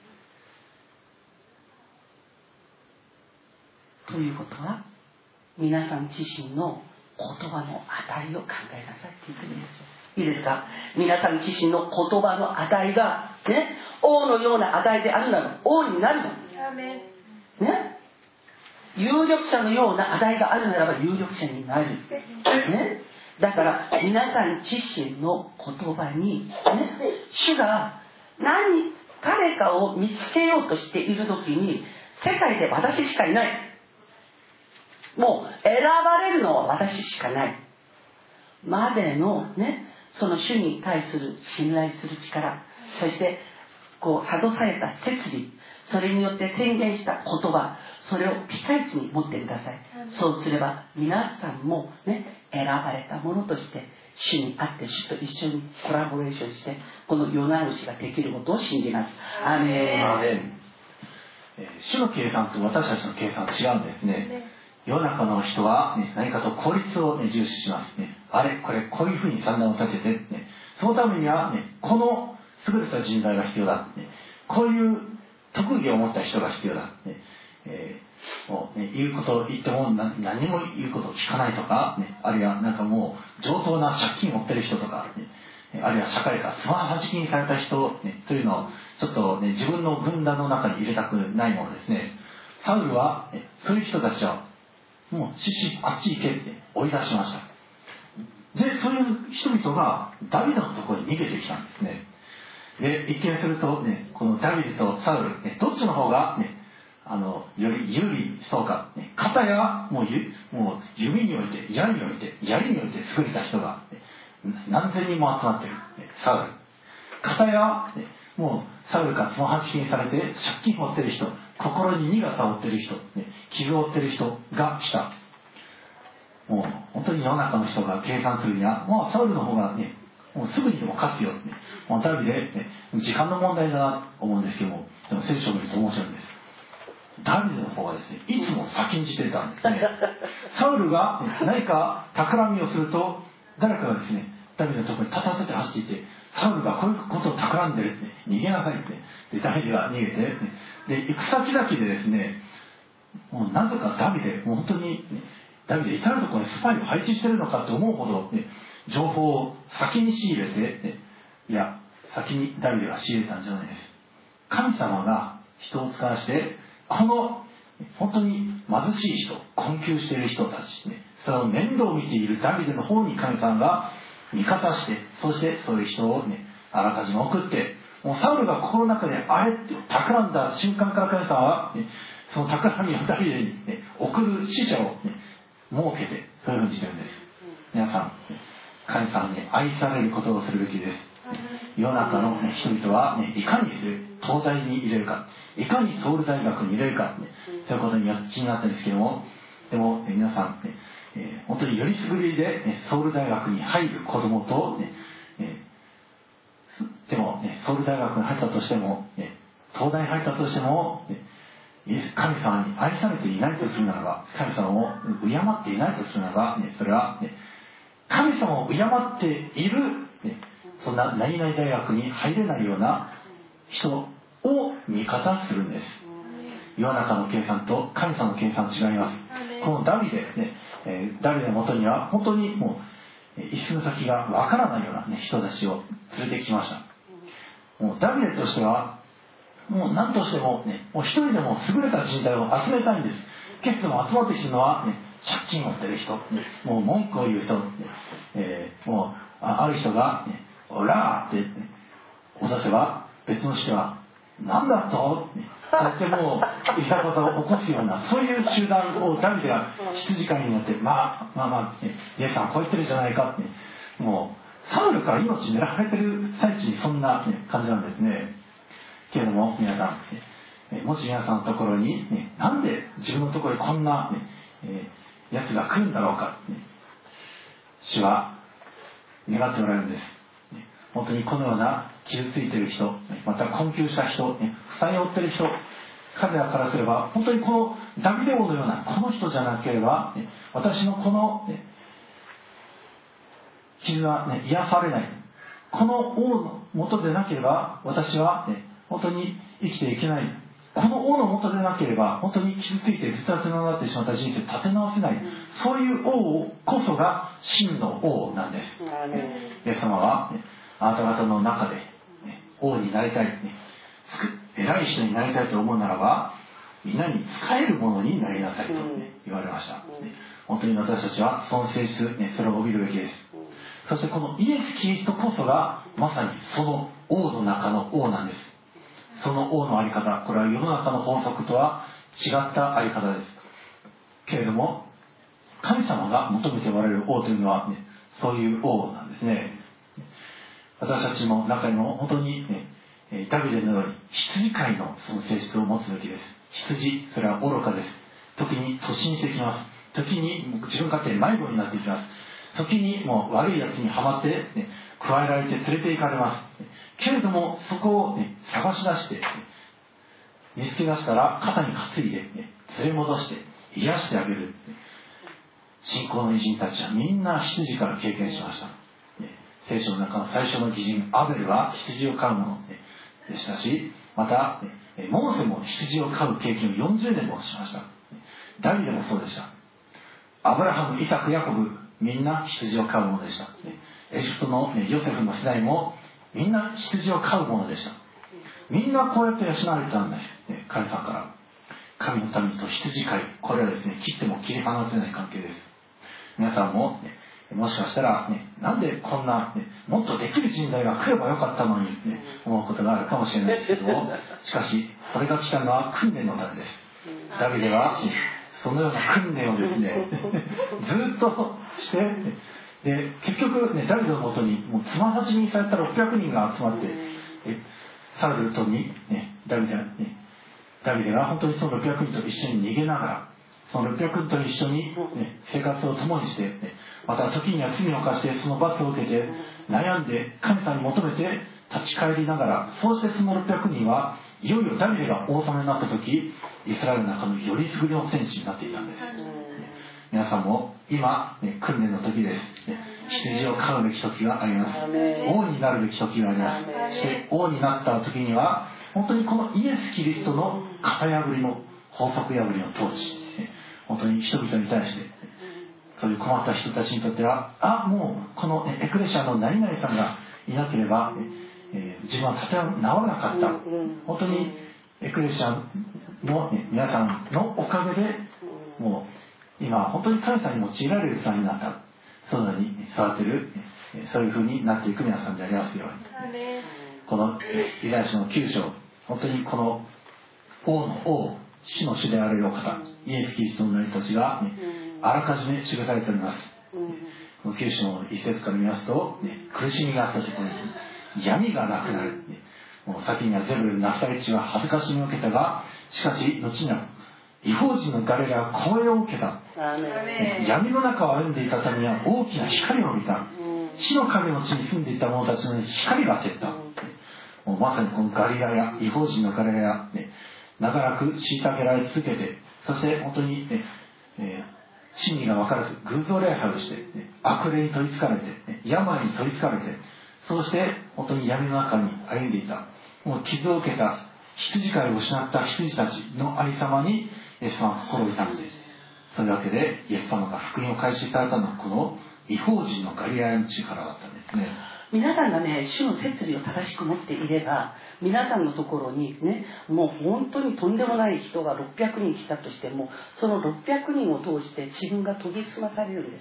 ということは、皆さん自身の言葉の値を考えなさいって言ってるんですよ。いいですか？皆さん自身の言葉の値がね、王のような値であるなら王になるの。ね、有力者のような値があるならば有力者になる。ね、だから皆さん自身の言葉に、ね、主が誰かを見つけようとしているときに、世界で私しかいない。もう選ばれるのは私しかない。までのね、その主に対する信頼する力、そしてこう諭された摂理、それによって宣言した言葉、それをピカイチに持ってください。そうすれば皆さんもね、選ばれたものとして主にあって主と一緒にコラボレーションしてこの世直しができることを信じます。アーメン。 アーメン。主の計算と私たちの計算は違うんですね。世の中の人は、ね、何かと効率を、ね、重視しますね。あれこれこういうふうに算段を立てて、ね、そのためには、ね、この優れた人材が必要だ、ね、こういう特技を持った人が必要だ、ね、もうね、言うことを言っても何も言うことを聞かないとか、ね、あるいはなんかもう上等な借金を持ってる人とか、ね、あるいは社会からつまはじきにされた人、ね、というのをちょっと、ね、自分の軍団の中に入れたくないものですね。サウルは、ね、そういう人たちはもうあっち行けって追い出しました。で、そういう人々がダビデのところに逃げてきたんですね。で、一見するとね、このダビデとサウル、ね、どっちの方がね、より有利しそうか、ね、片やもう弓において、槍において優れた人が、ね、何千人も集まってる、ね、サウル。片や、ね、もうサウルからつまはじきにされて借金を負ってる人、心に荷が背負ってる人、ね、傷を負ってる人が来た。もう本当に世の中の人が計算するには、もうサウルの方がね、もうすぐにでも勝つよって、ね、もうダビデ、ね、時間の問題だなと思うんですけども、でも聖書を見ると面白いんです。ダビデの方はですね、いつも先んじてたんですね。サウルが、ね、何か企みをすると、誰かがですね、ダビデのところに立たせて走っていて、サウルがこういうことを企んでるって、逃げなさいって、でダビデが逃げて、ね、で行く先々でですね、もうなぜかダビデ、もう本当に、ね、ダビデ至るところにスパイを配置してるのかと思うほど、ね、情報を先に仕入れて、ね、いや先にダビデが仕入れたんじゃないです。神様が人を使わしてこの本当に貧しい人、困窮している人たち、ね、その面倒を見ているダビデの方に神様が味方して、そしてそういう人を、ね、あらかじめ送って、もうサウルが心の中であれって企んだ瞬間から神様は、ね、その企みをダビデに、ね、送る使者を、ね、設けてそういうふうにしてるんです。皆さん、神様に愛されることをするべきです。世の中の、ね、人々は、ね、いかに東大に入れるか、いかにソウル大学に入れるか、ね、そういうことに気になったんですけども、でも、皆さん、ね、本当によりすぐりで、ね、ソウル大学に入る子供と、ね、でも、ね、ソウル大学に入ったとしても、ね、東大に入ったとしても、ね、神様に愛されていないとするならば、神様を敬っていないとするならば、ね、それは、ね、神様を敬っている、ね、そんな何々大学に入れないような人を味方するんです。世の中の計算と神様の計算は違います。このダビデ、ね、ダビデのもとには本当にもう一寸先がわからないような、ね、人たちを連れてきました。もうダビデとしてはもう何としても、ね、もう一人でも優れた人材を集めたいんです。けれども集まってきてるのは、ね、借金を持ってる人、ね、もう文句を言う人、ね、もうある人が、ね、オラーって、ね、脅せば別の人は何だと、ね、そうやってもういざこざを起こすようなそういう集団をダビデが羊飼いになって、まあ、ね、イエスさんこう言ってるじゃないかって、ね、もうサウルから命狙われてる最中にそんな、ね、感じなんですね。けれども皆さん、もし皆さんのところに、ね、なんで自分のところにこんな、ね、やつが来るんだろうか、ね、主は願っておられるんです。本当にこのような傷ついている人、また困窮した人、負債を負っている人、彼らからすれば本当にこのダビデ王のようなこの人じゃなければ、私のこの傷は、癒されない。 この王の下でなければ私は、ね、本当に生きていけない。この王の下でなければ本当に傷ついてずたずたになってしまった人生を立て直せない、そういう王こそが真の王なんです。イエス様は、ね、あなた方の中で、ね、王になりたい、ね、偉い人になりたいと思うならばみんなに仕えるものになりなさいと、ね、言われました、ね、本当に私たちはその性質、ね、それを帯びるべきです。そしてこのイエス・キリストこそがまさにその王の中の王なんです。その王のあり方、これは世の中の法則とは違ったあり方ですけれども、神様が求めておられる王というのは、ね、そういう王なんですね。私たちの中にも本当に、ね、ダビデのように羊飼いのその性質を持つべきです。羊、それは愚かです。時に突進してきます。時に自分勝手に迷子になっていきます。時にもう悪いやつにはまって、ね、加えられて連れて行かれます。けれどもそこを、ね、探し出して、ね、見つけ出したら肩に担いで、ね、連れ戻して癒してあげる。信仰の偉人たちはみんな羊から経験しました。聖書の中の最初の義人アベルは羊を飼うものでしたし、またモーセも羊を飼う経験を40年もしました。ダビデもそうでした。アブラハム、イサク、ヤコブ、みんな羊を飼うものでした。エジプトのヨセフの世代もみんな羊を飼うものでした。みんなこうやって養われたんです。神様から。神の民と羊飼い、これはですね、切っても切り離せない関係です。皆さんも、もしかしたら、なんでこんな、もっとできる人材が来ればよかったのに、思うことがあるかもしれないですけども、しかしそれが来たのは訓練のためです。ダビデはそのような訓練をですねずっとしてで結局、ダビデのもとにもうつまさちにされた600人が集まってサウルとに、ダビデが本当にその600人と一緒に逃げながらその600人と一緒に、生活を共にして、また時には罪を犯してその罰を受けて悩んで神様に求めて立ち返りながら、そうしてその600人はいよいよダビデが王様になった時イスラエルの中のよりすぐりの戦士になっていたんです。皆さんも今、訓練の時です。羊を飼うべき時があります。王になるべき時があります。そして王になった時には本当にこのイエス・キリストの型破りの法則破りの統治、本当に人々に対してそういう困った人たちにとってはもうこのエクレシアの何々さんがいなければ自分は立て直らなかった。本当にエクレシアの皆さんのおかげでもう今本当に神様に用いられる器になった。そのように育てるそういう風になっていく皆さんでありますように。このイザヤ書の9章、本当にこの王の王、主の主であるお方、イエス・キリストの成り立ちが、あらかじめ記されております。この9章の一節から見ますと、苦しみがあったところに闇がなくなる。もう先にはゼブル、ナフタリ地は恥ずかしみを受けたが、しかし後には異邦人のガリラは光栄を受けた。闇の中を歩んでいた民は大きな光を見た。死の影の地に住んでいた者たちの光が照った。もうまさにこのガリラや異邦人のガリラや、長らく虐げられ続けて、そして本当に、真理が分からず偶像礼拝をして、悪霊に取りつかれて、病に取りつかれて、そうして本当に闇の中に歩んでいた。もう傷を受けた羊飼いを失った羊たちのありさまにイエス様は心を痛んで、そういうわけでイエス様が福音を開始されたのはこの異邦人のガリラヤの地からだったんですね。 皆さんがね、主の摂理を正しく持っていれば、皆さんのところにね、もう本当にとんでもない人が600人来たとしても、その600人を通して自分が研ぎ澄まされるんです。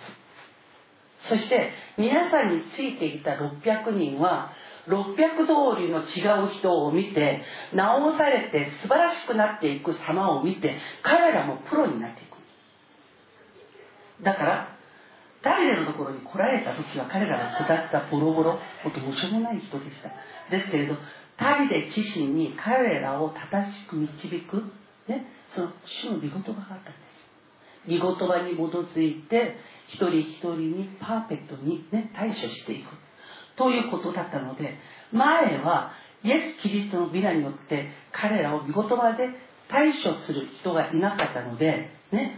そして皆さんについていた600人は600通りの違う人を見て直されて素晴らしくなっていく様を見て、彼らもプロになっていく。だからダビデのところに来られた時は彼らが育ったボロボロ、もっともしょうもない人でした。ですけれどダビデ自身に彼らを正しく導く、その主の御言葉があったんです。御言葉に基づいて一人一人にパーフェクトに、対処していくということだったので、前はイエス・キリストの皆によって彼らを御言葉で対処する人がいなかったので、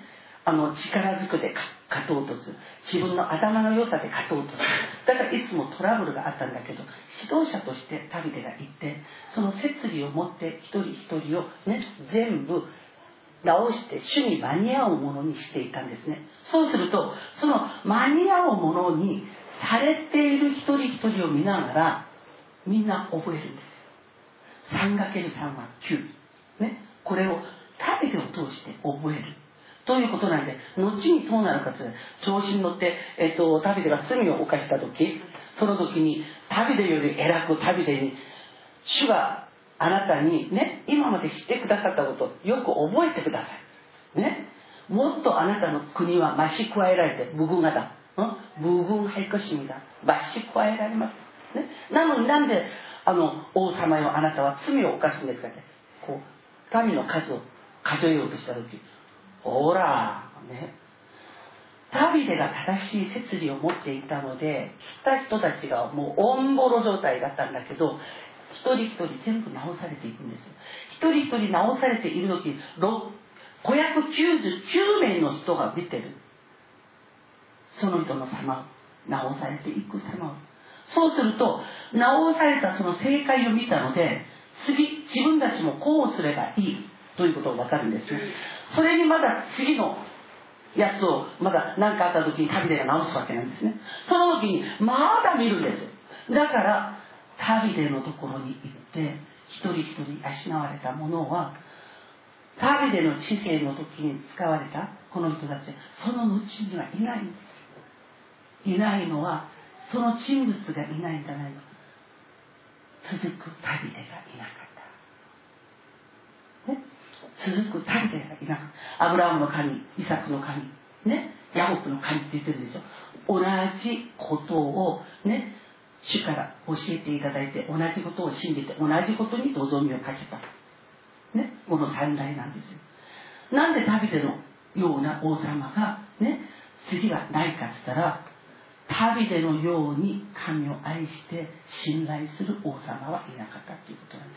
力ずくで勝とうとする。自分の頭の良さで勝とうとする。だからいつもトラブルがあったんだけど、指導者としてダビデがいて、その摂理を持って一人一人をね、全部直して主に間に合うものにしていたんですね。そうすると、その間に合うものにされている一人一人を見ながら、みんな覚えるんですよ。3×3 は9。ね。これをダビデを通して覚える。ということなんで、後にどうなるかというと、調子に乗って、ダビデが罪を犯した時、その時にダビデより偉くダビデに、主があなたにね、今まで知ってくださったことをよく覚えてください。ね。もっとあなたの国は増し加えられて、無軍がだ。無軍廃化しみだ。増し加えられます。ね。なのになんで、王様よあなたは罪を犯すんですかって、こう、民の数を数えようとした時、ほら、ね。ダビデが正しい摂理を持っていたので、来た人たちがもうオンボロ状態だったんだけど、一人一人全部直されていくんですよ。一人一人直されている時、599名の人が出てる。その人の様を、直されていく様を。そうすると、直されたその正解を見たので、次、自分たちもこうすればいい。ということが分かるんですね。それにまだ次のやつをまだ何かあった時にダビデが直すわけなんですね。その時にまだ見るんです。だからダビデのところに行って一人一人養われたものは、ダビデの治世の時に使われたこの人たち、その後にはいないんです。いないのはその人物がいないんじゃないの。続くダビデがいなかった。ね、続くダビデがいなかった。アブラハムの神、イサクの神、ね、ヤコブの神って言ってるんですよ。同じことをね、主から教えていただいて、同じことを信じて、同じことに望みをかけた。ね、この三代なんですよ。なんでダビデのような王様がね、次はないかって言ったら、ダビデのように神を愛して信頼する王様はいなかったということなんです。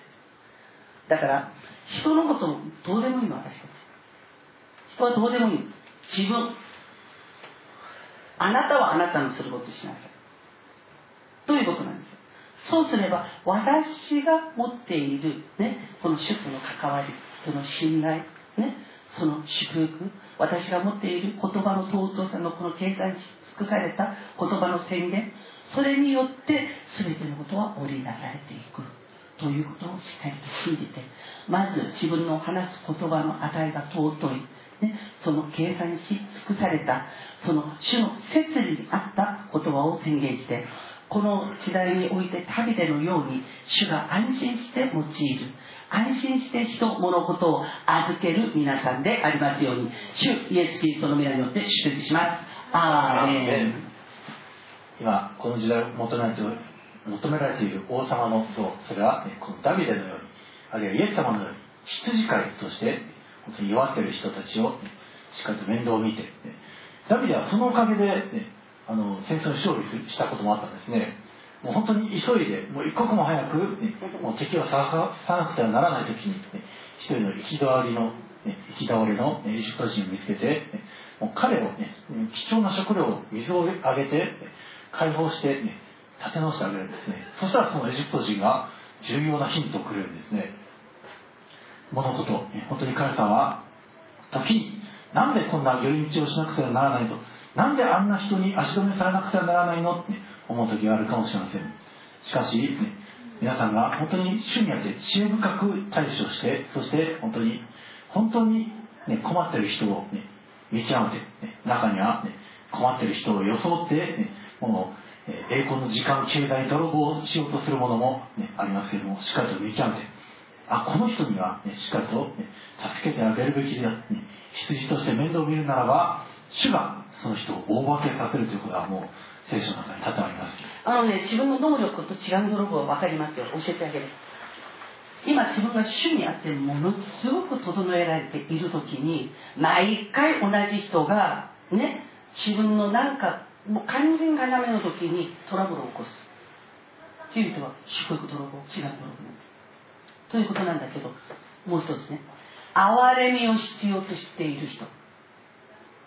だから人のこともどうでもいいの、私たち。人はどうでもいい。自分。あなたはあなたのすることをしなさい。ということなんですよ。そうすれば私が持っている、ね、この主との関わり、その信頼、ね、その祝福、私が持っている言葉の尊さのこの計算し尽くされた言葉の宣言、それによって全てのことは織りなされていくということをしっかりと信じて、まず自分の話す言葉の値が尊い、ね、その計算し尽くされたその主の摂理にあった言葉を宣言して、この時代においてダビデのように主が安心して用いる、安心して人物事を預ける皆さんでありますように、主イエス・キリストの皆によって祝福します。アーメン。 今この時代求められている王様の像、それは、このダビデのように、あるいはイエス様のように羊飼いとして本当に弱っている人たちを、しっかりと面倒を見て、ダビデはそのおかげで、戦争に勝利したこともあったんですね。もう本当に急いで、もう一刻も早く、もう敵を探さなくてはならない時に、一人の行き倒れのエジプト人を見つけて、もう彼を貴重な食料を水をあげて解放して、立て直してあげるんですね。そしたらそのエジプト人が重要なヒントをくれるんですね。物事、本当に神様は時になんでこんな寄り道をしなくてはならないと、なんであんな人に足止めされなくてはならないのって思う時があるかもしれません。しかし、皆さんが本当に主にあって知恵深く対処して、そして本当に、困っている人を、見極めて、中には、困っている人を装って、もう栄光の時間経済泥棒をしようとするものも、ありますけれども、しっかりと見極めて、この人には、しっかりと、助けてあげるべきだ、羊として面倒を見るならば、主がその人を大分けさせるということはもう聖書の中に多々あります。 自分の能力と違う泥棒は分かりますよ。教えてあげる。今自分が主にあってものすごく整えられている時に、毎回同じ人がね、自分のなんかもう肝心要の時にトラブルを起こすという人は祝福泥棒、違う泥棒ということなんだけど、もう一つね、憐れみを必要としている人、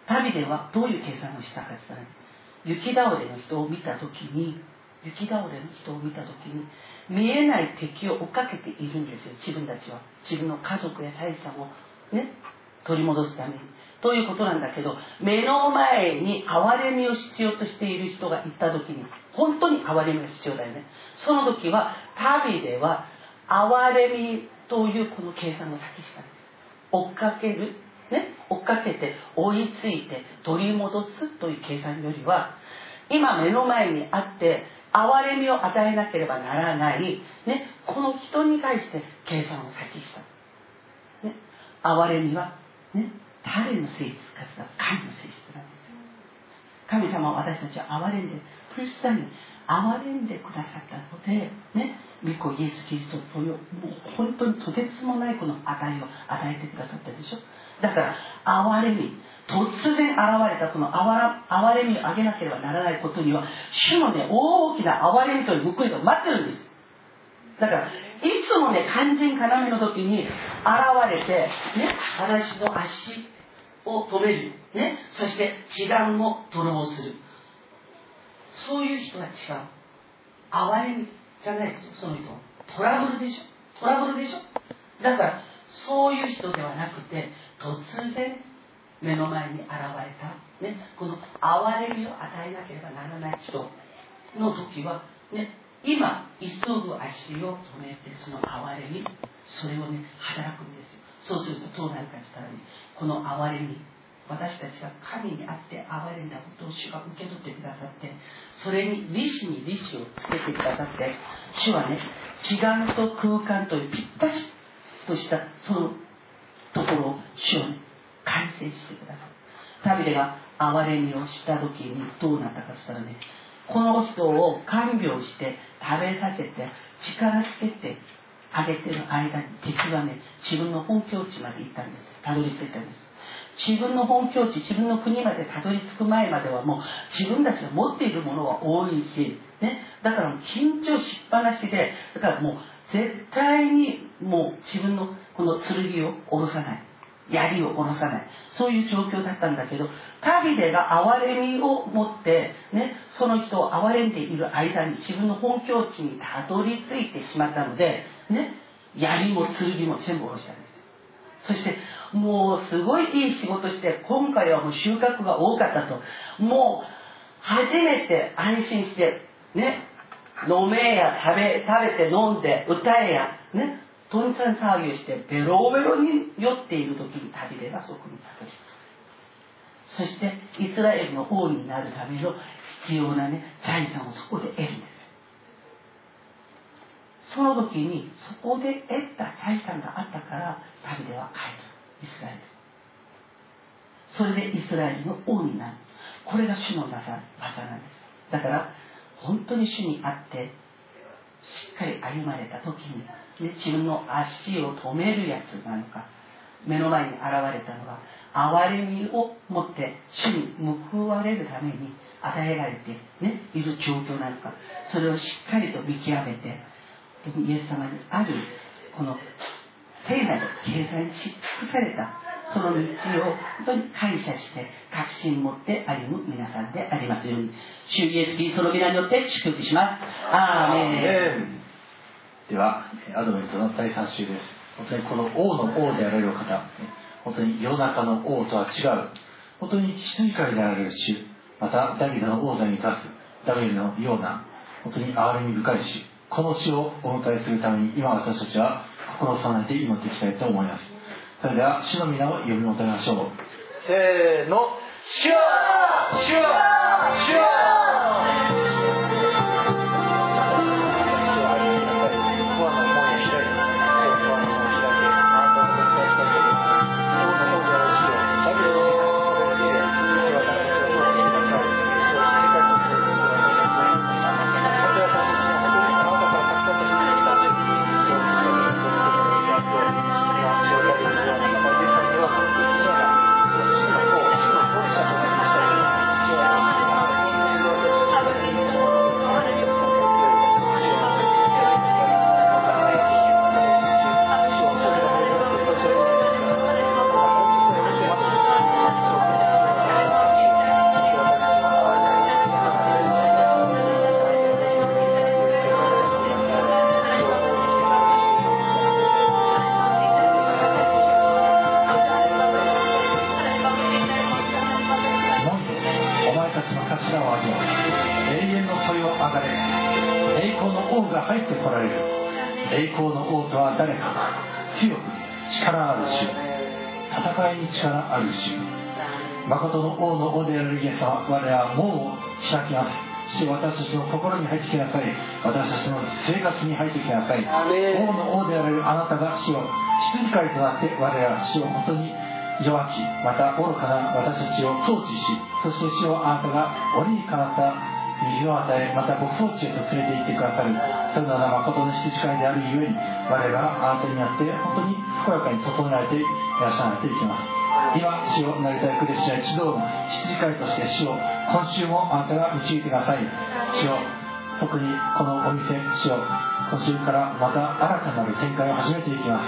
ダビデはどういう計算をしたかって言ったら、雪倒れの人を見た時に見えない敵を追っかけているんですよ。自分たちは自分の家族や財産をね取り戻すためにということなんだけど、目の前に憐れみを必要としている人がいた時に、本当に憐れみが必要だよね。その時はダビデは憐れみというこの計算を先したんです。追っかけるね、追っかけて追いついて取り戻すという計算よりは、今目の前にあって憐れみを与えなければならない、ね、この人に対して計算を先した、ね、憐れみは、ね、誰の性質かというと神の性質なんですよ。神様は私たちは憐れんで、プリスタに憐れんでくださったので、ね、御子イエス・キリストというもう本当にとてつもないこの値を与えてくださったでしょ。だから憐れみ、突然現れたこの憐れみをあげなければならないことには、主のね大きな憐れみという報いが待ってるんです。だからいつもね肝心要の時に現れて、ね、私の足を止める、ね、そして治安を取ろうする。そういう人は違う。憐れみじゃないけど、その人トラブルでしょ。だからそういう人ではなくて、突然目の前に現れた、ね、この憐れみを与えなければならない人の時は、ね、今急ぐ足を止めて、その憐れみ、それをね働くんですよ。そうするとどうなるかしたらね、この憐れみ、私たちが神にあって憐れんだことを主が受け取ってくださって、それに利子に利子をつけてくださって、主はね時間と空間というぴったしとしたそのところを主はね完成してくださる。ダビデが憐れみをした時にどうなったかとしたらね、この人を看病して食べさせて力つけてあげてる間に、敵はね自分の本拠地まで行ったんです。たどり着いたんです。自分の本拠地、自分の国までたどり着く前まではもう自分たちが持っているものは多いし、ね、だからもう緊張しっぱなしで、だからもう絶対にもう自分のこの剣を下ろさない、槍を下ろさない、そういう状況だったんだけど、ダビデが憐れみを持って、ね、その人を憐れんでいる間に自分の本拠地にたどり着いてしまったので、ね、槍も剣も全部下ろしたんです。そしてもうすごいいい仕事して、今回はもう収穫が多かったと、もう初めて安心してね、飲めや食べて飲んで歌えやね、とんちゃん騒ぎをしてベロベロに酔っている時にダビデがそこにたどり着く。そしてイスラエルの王になるための必要なね財産をそこで得るんです。その時にそこで得た財産があったからダビデは帰る。イスラエル、それでイスラエルの王になる。これが主のなさ技なんです。だから本当に主にあってしっかり歩まれた時に、ね、自分の足を止めるやつなのか、目の前に現れたのが憐れみを持って主に報われるために与えられて、ね、いる状況なのか、それをしっかりと見極めて、イエス様にあるこの聖なる計算にし尽くされたその道を本当に感謝して確信を持って歩む皆さんでありますように、主イエスキリストの皆によって祝福します。アーメン。 ではアドベントの第3週です。本当にこの王の王であられる方、本当に世の中の王とは違う、本当に羊飼いであられる主、またダビデの王座に立つダビデのような本当に憐れみ深い主、この主をお迎えするために今私たちは心を備えて祈っていきたいと思います。それでは主の皆を呼び求めましょう。せーの、主よ主よ主よ。 たちの頭を上げよう。永遠の豊を上がれ。栄光の王が入ってこられる。栄光の王とは誰か。強く力ある主、戦いに力ある主、誠の王の王であるイエス様、我らは門を開きます。主、私たちの心に入ってきなさい。私たちの生活に入ってきなさい。王の王であるあなたが主を羊飼いとなって、我らは主を本当に弱き、また愚かな私たちを統治し、そして主をあなたが折にかなった水を与え、また牧草地へと連れて行ってくださる。それなら誠の羊飼いであるゆえに、我らはあなたにあって本当に健やかに整えられていらっしゃられていきます。今、主をなりたいクリスチャン一同の羊飼いとして主を今週もあなたが導いてください。主を特にこのお店、主を今週からまた新たなる展開を始めていきます。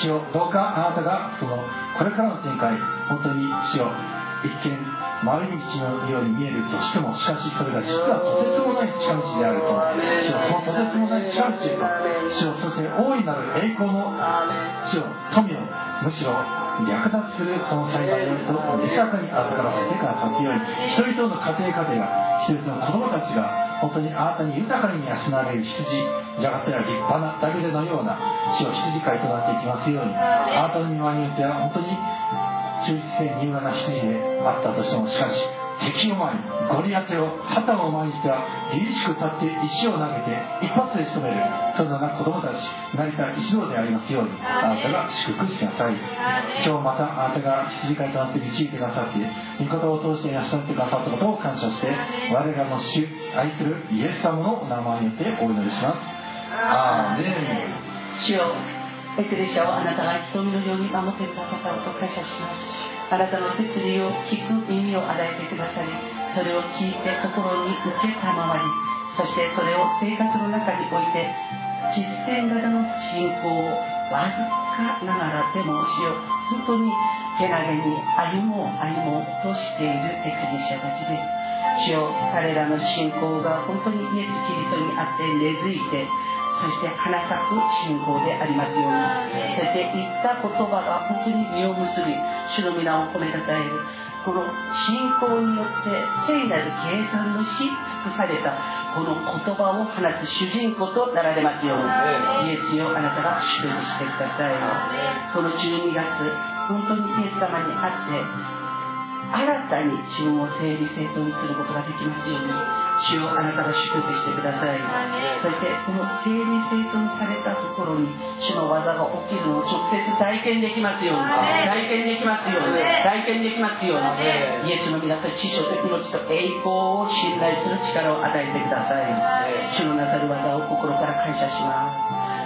主をどうかあなたがこれからの展開、本当に主を一見回り道のように見えるとしても、しかしそれが実はとてつもない近道であると、主をそのとてつもない近道へと、主をそして大いなる栄光の主を富をむしろ略奪するその裁判のと豊かに預からせてくださってように、人々の家庭家庭が、人々の子供たちが本当にあなたに豊かに養われる羊、やがては立派なダビデのような主を羊飼いとなっていきますように、あなたの御前によっては本当に忠実性柔軟な羊であったとしても、しかし敵を前にゴリアテを旗を前にしては凛々しく立って石を投げて一発で仕留める、そのような子供たち成田一同でありますように、あなたが祝福しなさい。今日またあなたが羊飼いとなって導いてくださって、御言葉を通して養ってくださったことを感謝して、我らの主愛するイエス様のお名前によってお祈りします。アーメン。 主よ、エクレシャをあなたが瞳のように守ってくださったことを感謝します。あなたの摂理を聞く耳を与えてくださり、それを聞いて心に受けたまわり、そしてそれを生活の中において実践型の信仰をわずかながらでも主よ、本当にけなげに歩もうとしているエクレシャたちです。主よ、彼らの信仰が本当にイエス・キリストにあって根付いて、そして花咲く信仰でありますように、そして言った言葉が本当に実を結び、主の皆を褒めたたえる、この信仰によって聖なる計算のし尽くされたこの言葉を話す主人公となられますように、イエスよ、あなたが祝福してください。この12月、本当にイエス様にあって新たに自分を整理整頓することができますように、主をあなたが祝福してください。そしてこの整理整頓されたところに主の技が起きるのを直接体験できますように、体験できますように、体験できますように、イエスの皆と知性と命と栄光を信頼する力を与えてください。主のなさる技を心から感謝します。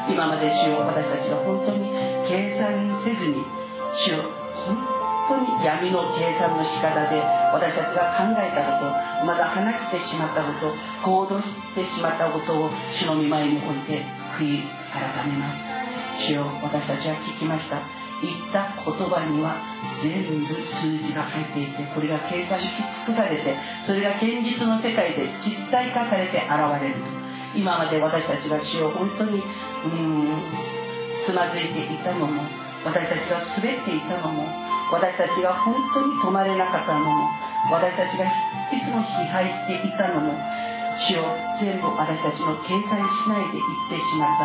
今まで主を私たちが本当に計算せずに、主を本当に闇の計算の仕方で私たちが考えたこと、まだ話してしまったこと、行動してしまったことを主の御前に置いて悔い改めます。主よ、私たちは聞きました。言った言葉には全部数字が入っていて、これが計算し尽くされて、それが現実の世界で実体化されて現れる。今まで私たちが主を本当につまずいていたのも、私たちが滑っていたのも、私たちが本当に止まれなかったのも、私たちがいつも支配していたのも、主を全部私たちの計算しないで言ってしまった、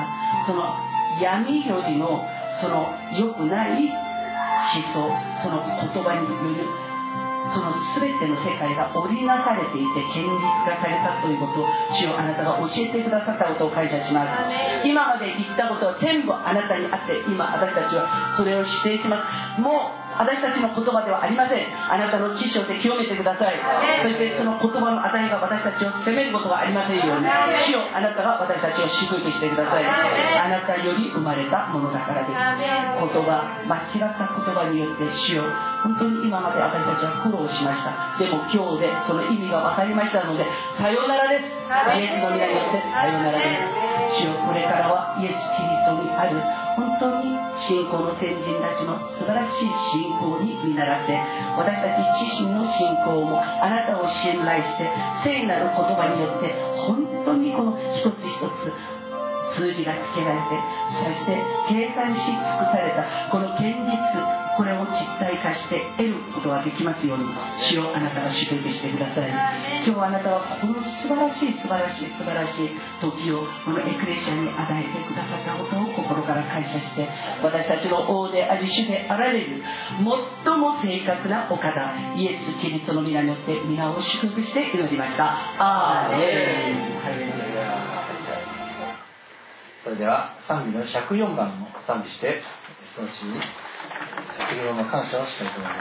その闇よりのその良くない思想、その言葉によるその全ての世界が織りなされていて現実化されたということを主よ、あなたが教えてくださったことを感謝します。今まで言ったことは全部あなたにあって、今私たちはそれを否定します。もう私たちの言葉ではありません。あなたの知性で清めてください。そしてその言葉の値が私たちを責めることがありませんように、主よ、あなたが私たちを祝福してください。あなたより生まれたものだからです。言葉、間違った言葉によって主よ、本当に今まで私たちは苦労しました。でも今日でその意味が分かりましたので、さようならです。イエスの皆によってさようならです。主よ、これからはイエス・キリストにある本当に信仰の先人たちの素晴らしい信仰に見習って、私たち自身の信仰もあなたを信頼して、聖なる言葉によって本当にこの一つ一つ数字がつけられて、そして計算し尽くされたこの現実、これを実体化して得ることができますように、主をあなたが祝福してください。今日あなたはこの素晴らしい時をこのエクレシアに与えてくださったことを心から感謝して、私たちの王であり主であられる最も正確なお方イエス・キリストの皆によって皆を祝福して祈りました。アーメン。 それでは賛美の104番を賛美して、そのうちに先ほどの感謝をしたいと思います。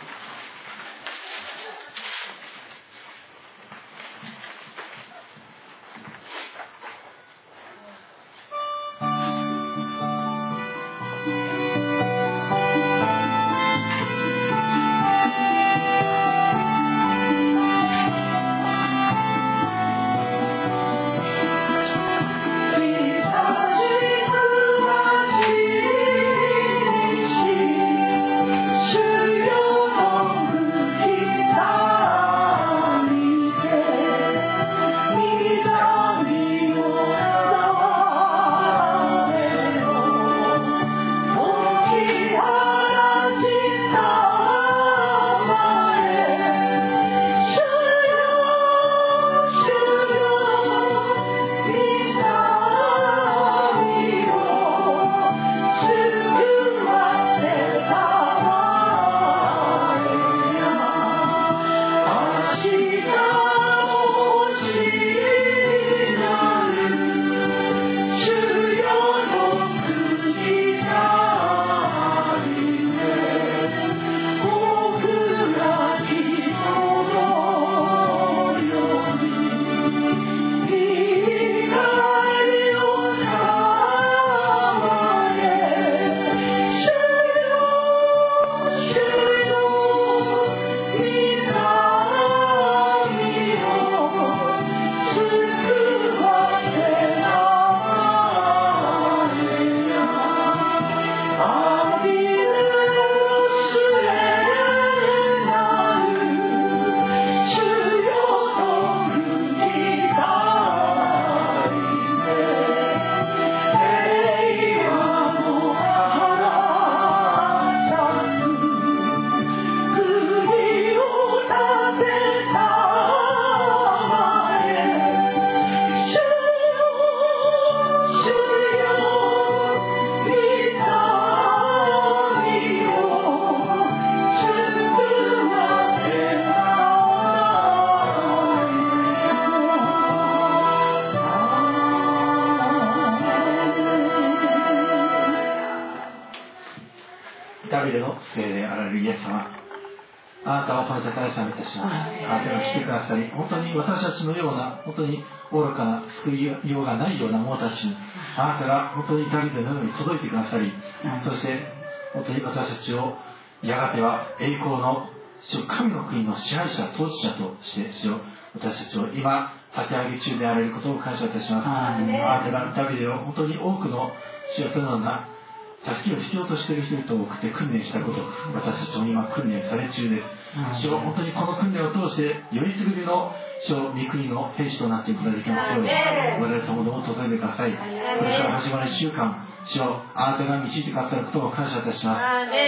ダビデの聖霊あられるイエス様、あなたを褒めたたえ賛美いたします。あなたが来てくださり、本当に私たちのような、本当に愚かな救いようがないような者たちに、あなたが本当にダビデのように届いてくださり、そして本当に私たちをやがては栄光の神の国の支配者、統治者として私たちを今立て上げ中であられることを感謝いたします。あなたがダビデを本当に多くのそのような助けを必要としている人々を送って訓練したこと、私たちも今訓練され中です。主よ、本当にこの訓練を通してよりすぐりの主よ、御国の兵士となっていくことができますように、我々ともども届いてください。これから始まる1週間、主よ、あなたが導いてくださることを感謝いたします。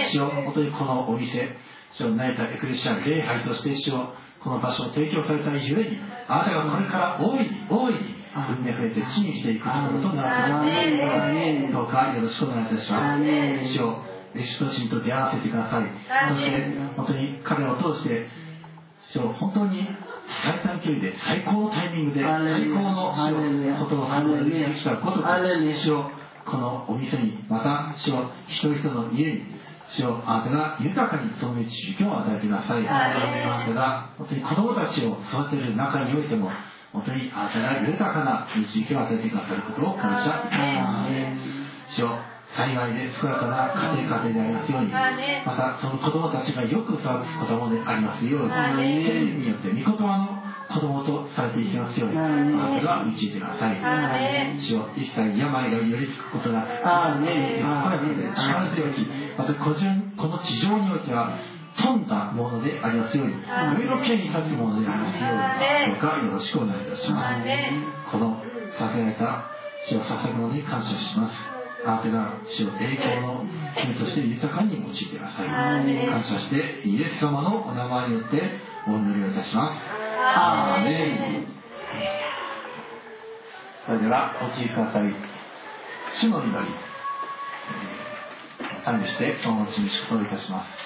主よ、本当にこのお店、主よ、成田エクレシア礼拝として主よ、この場所を提供されたゆえに、あなたがこれから大いに運命増えて地にしていくこととなると、どうかよろしくお願いいたします。主を主と神と出会わせてください。そして本当に彼を通して主を本当に最短距離で最高のタイミングで最高の主をことを反応できたことと、主をこのお店に、また主を一人一人の家に、主をあなたが豊かにその道行きを与えてください。あなたが本当に子供たちを育てる中においても、本当にあなたが豊かな道行きを与えてくださることを感謝いたします。主を幸いで健やかな家庭でありますように、またその子供たちがよく育つ子供でありますように、テレビによって御言葉の子供とされていきますように、あなたが導いてください。主を一切病が寄りつくことが健やかで力強き、またこの地上においては富んだものでありますように、上の権に立つものでありますように、どうかよろしくお願いいたします。このさせられた主を捧ぐのに感謝します。あなたが主を栄光の君として豊かに用いてください。感謝してイエス様のお名前によってお祈りをいたします。アーメン。それではお聞きください。主の祈り、賛美してその後に祝祷いたします。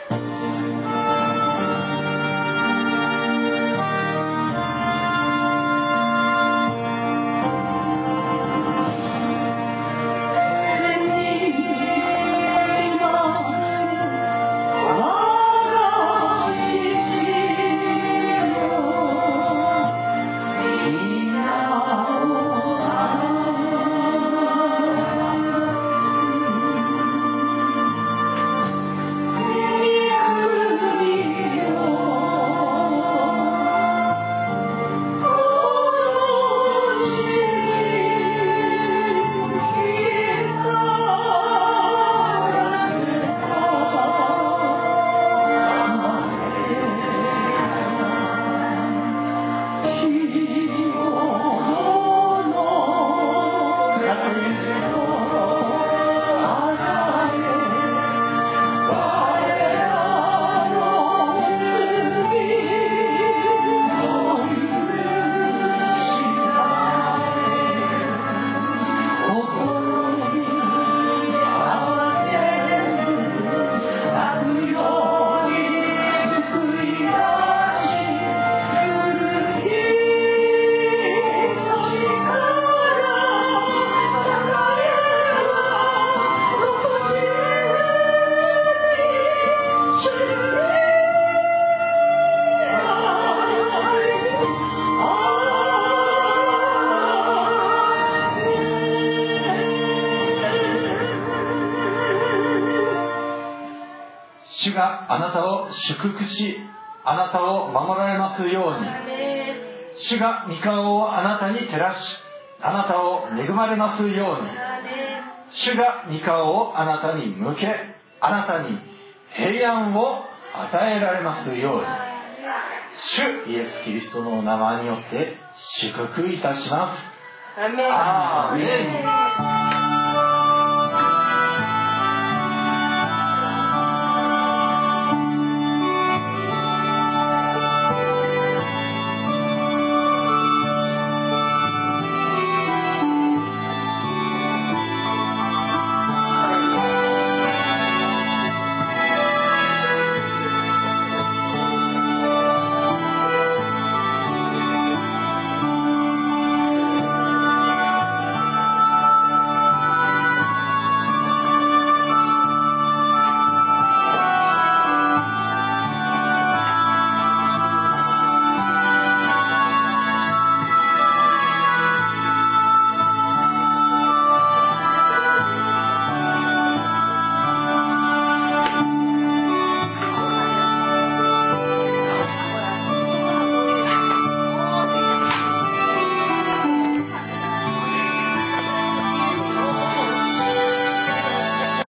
主があなたを祝福し、あなたを守られますように。主が御顔をあなたに照らし、あなたを恵まれますように。主が御顔をあなたに向け、あなたに平安を与えられますように。主イエス・キリストのお名前によって祝福いたします。アーメン。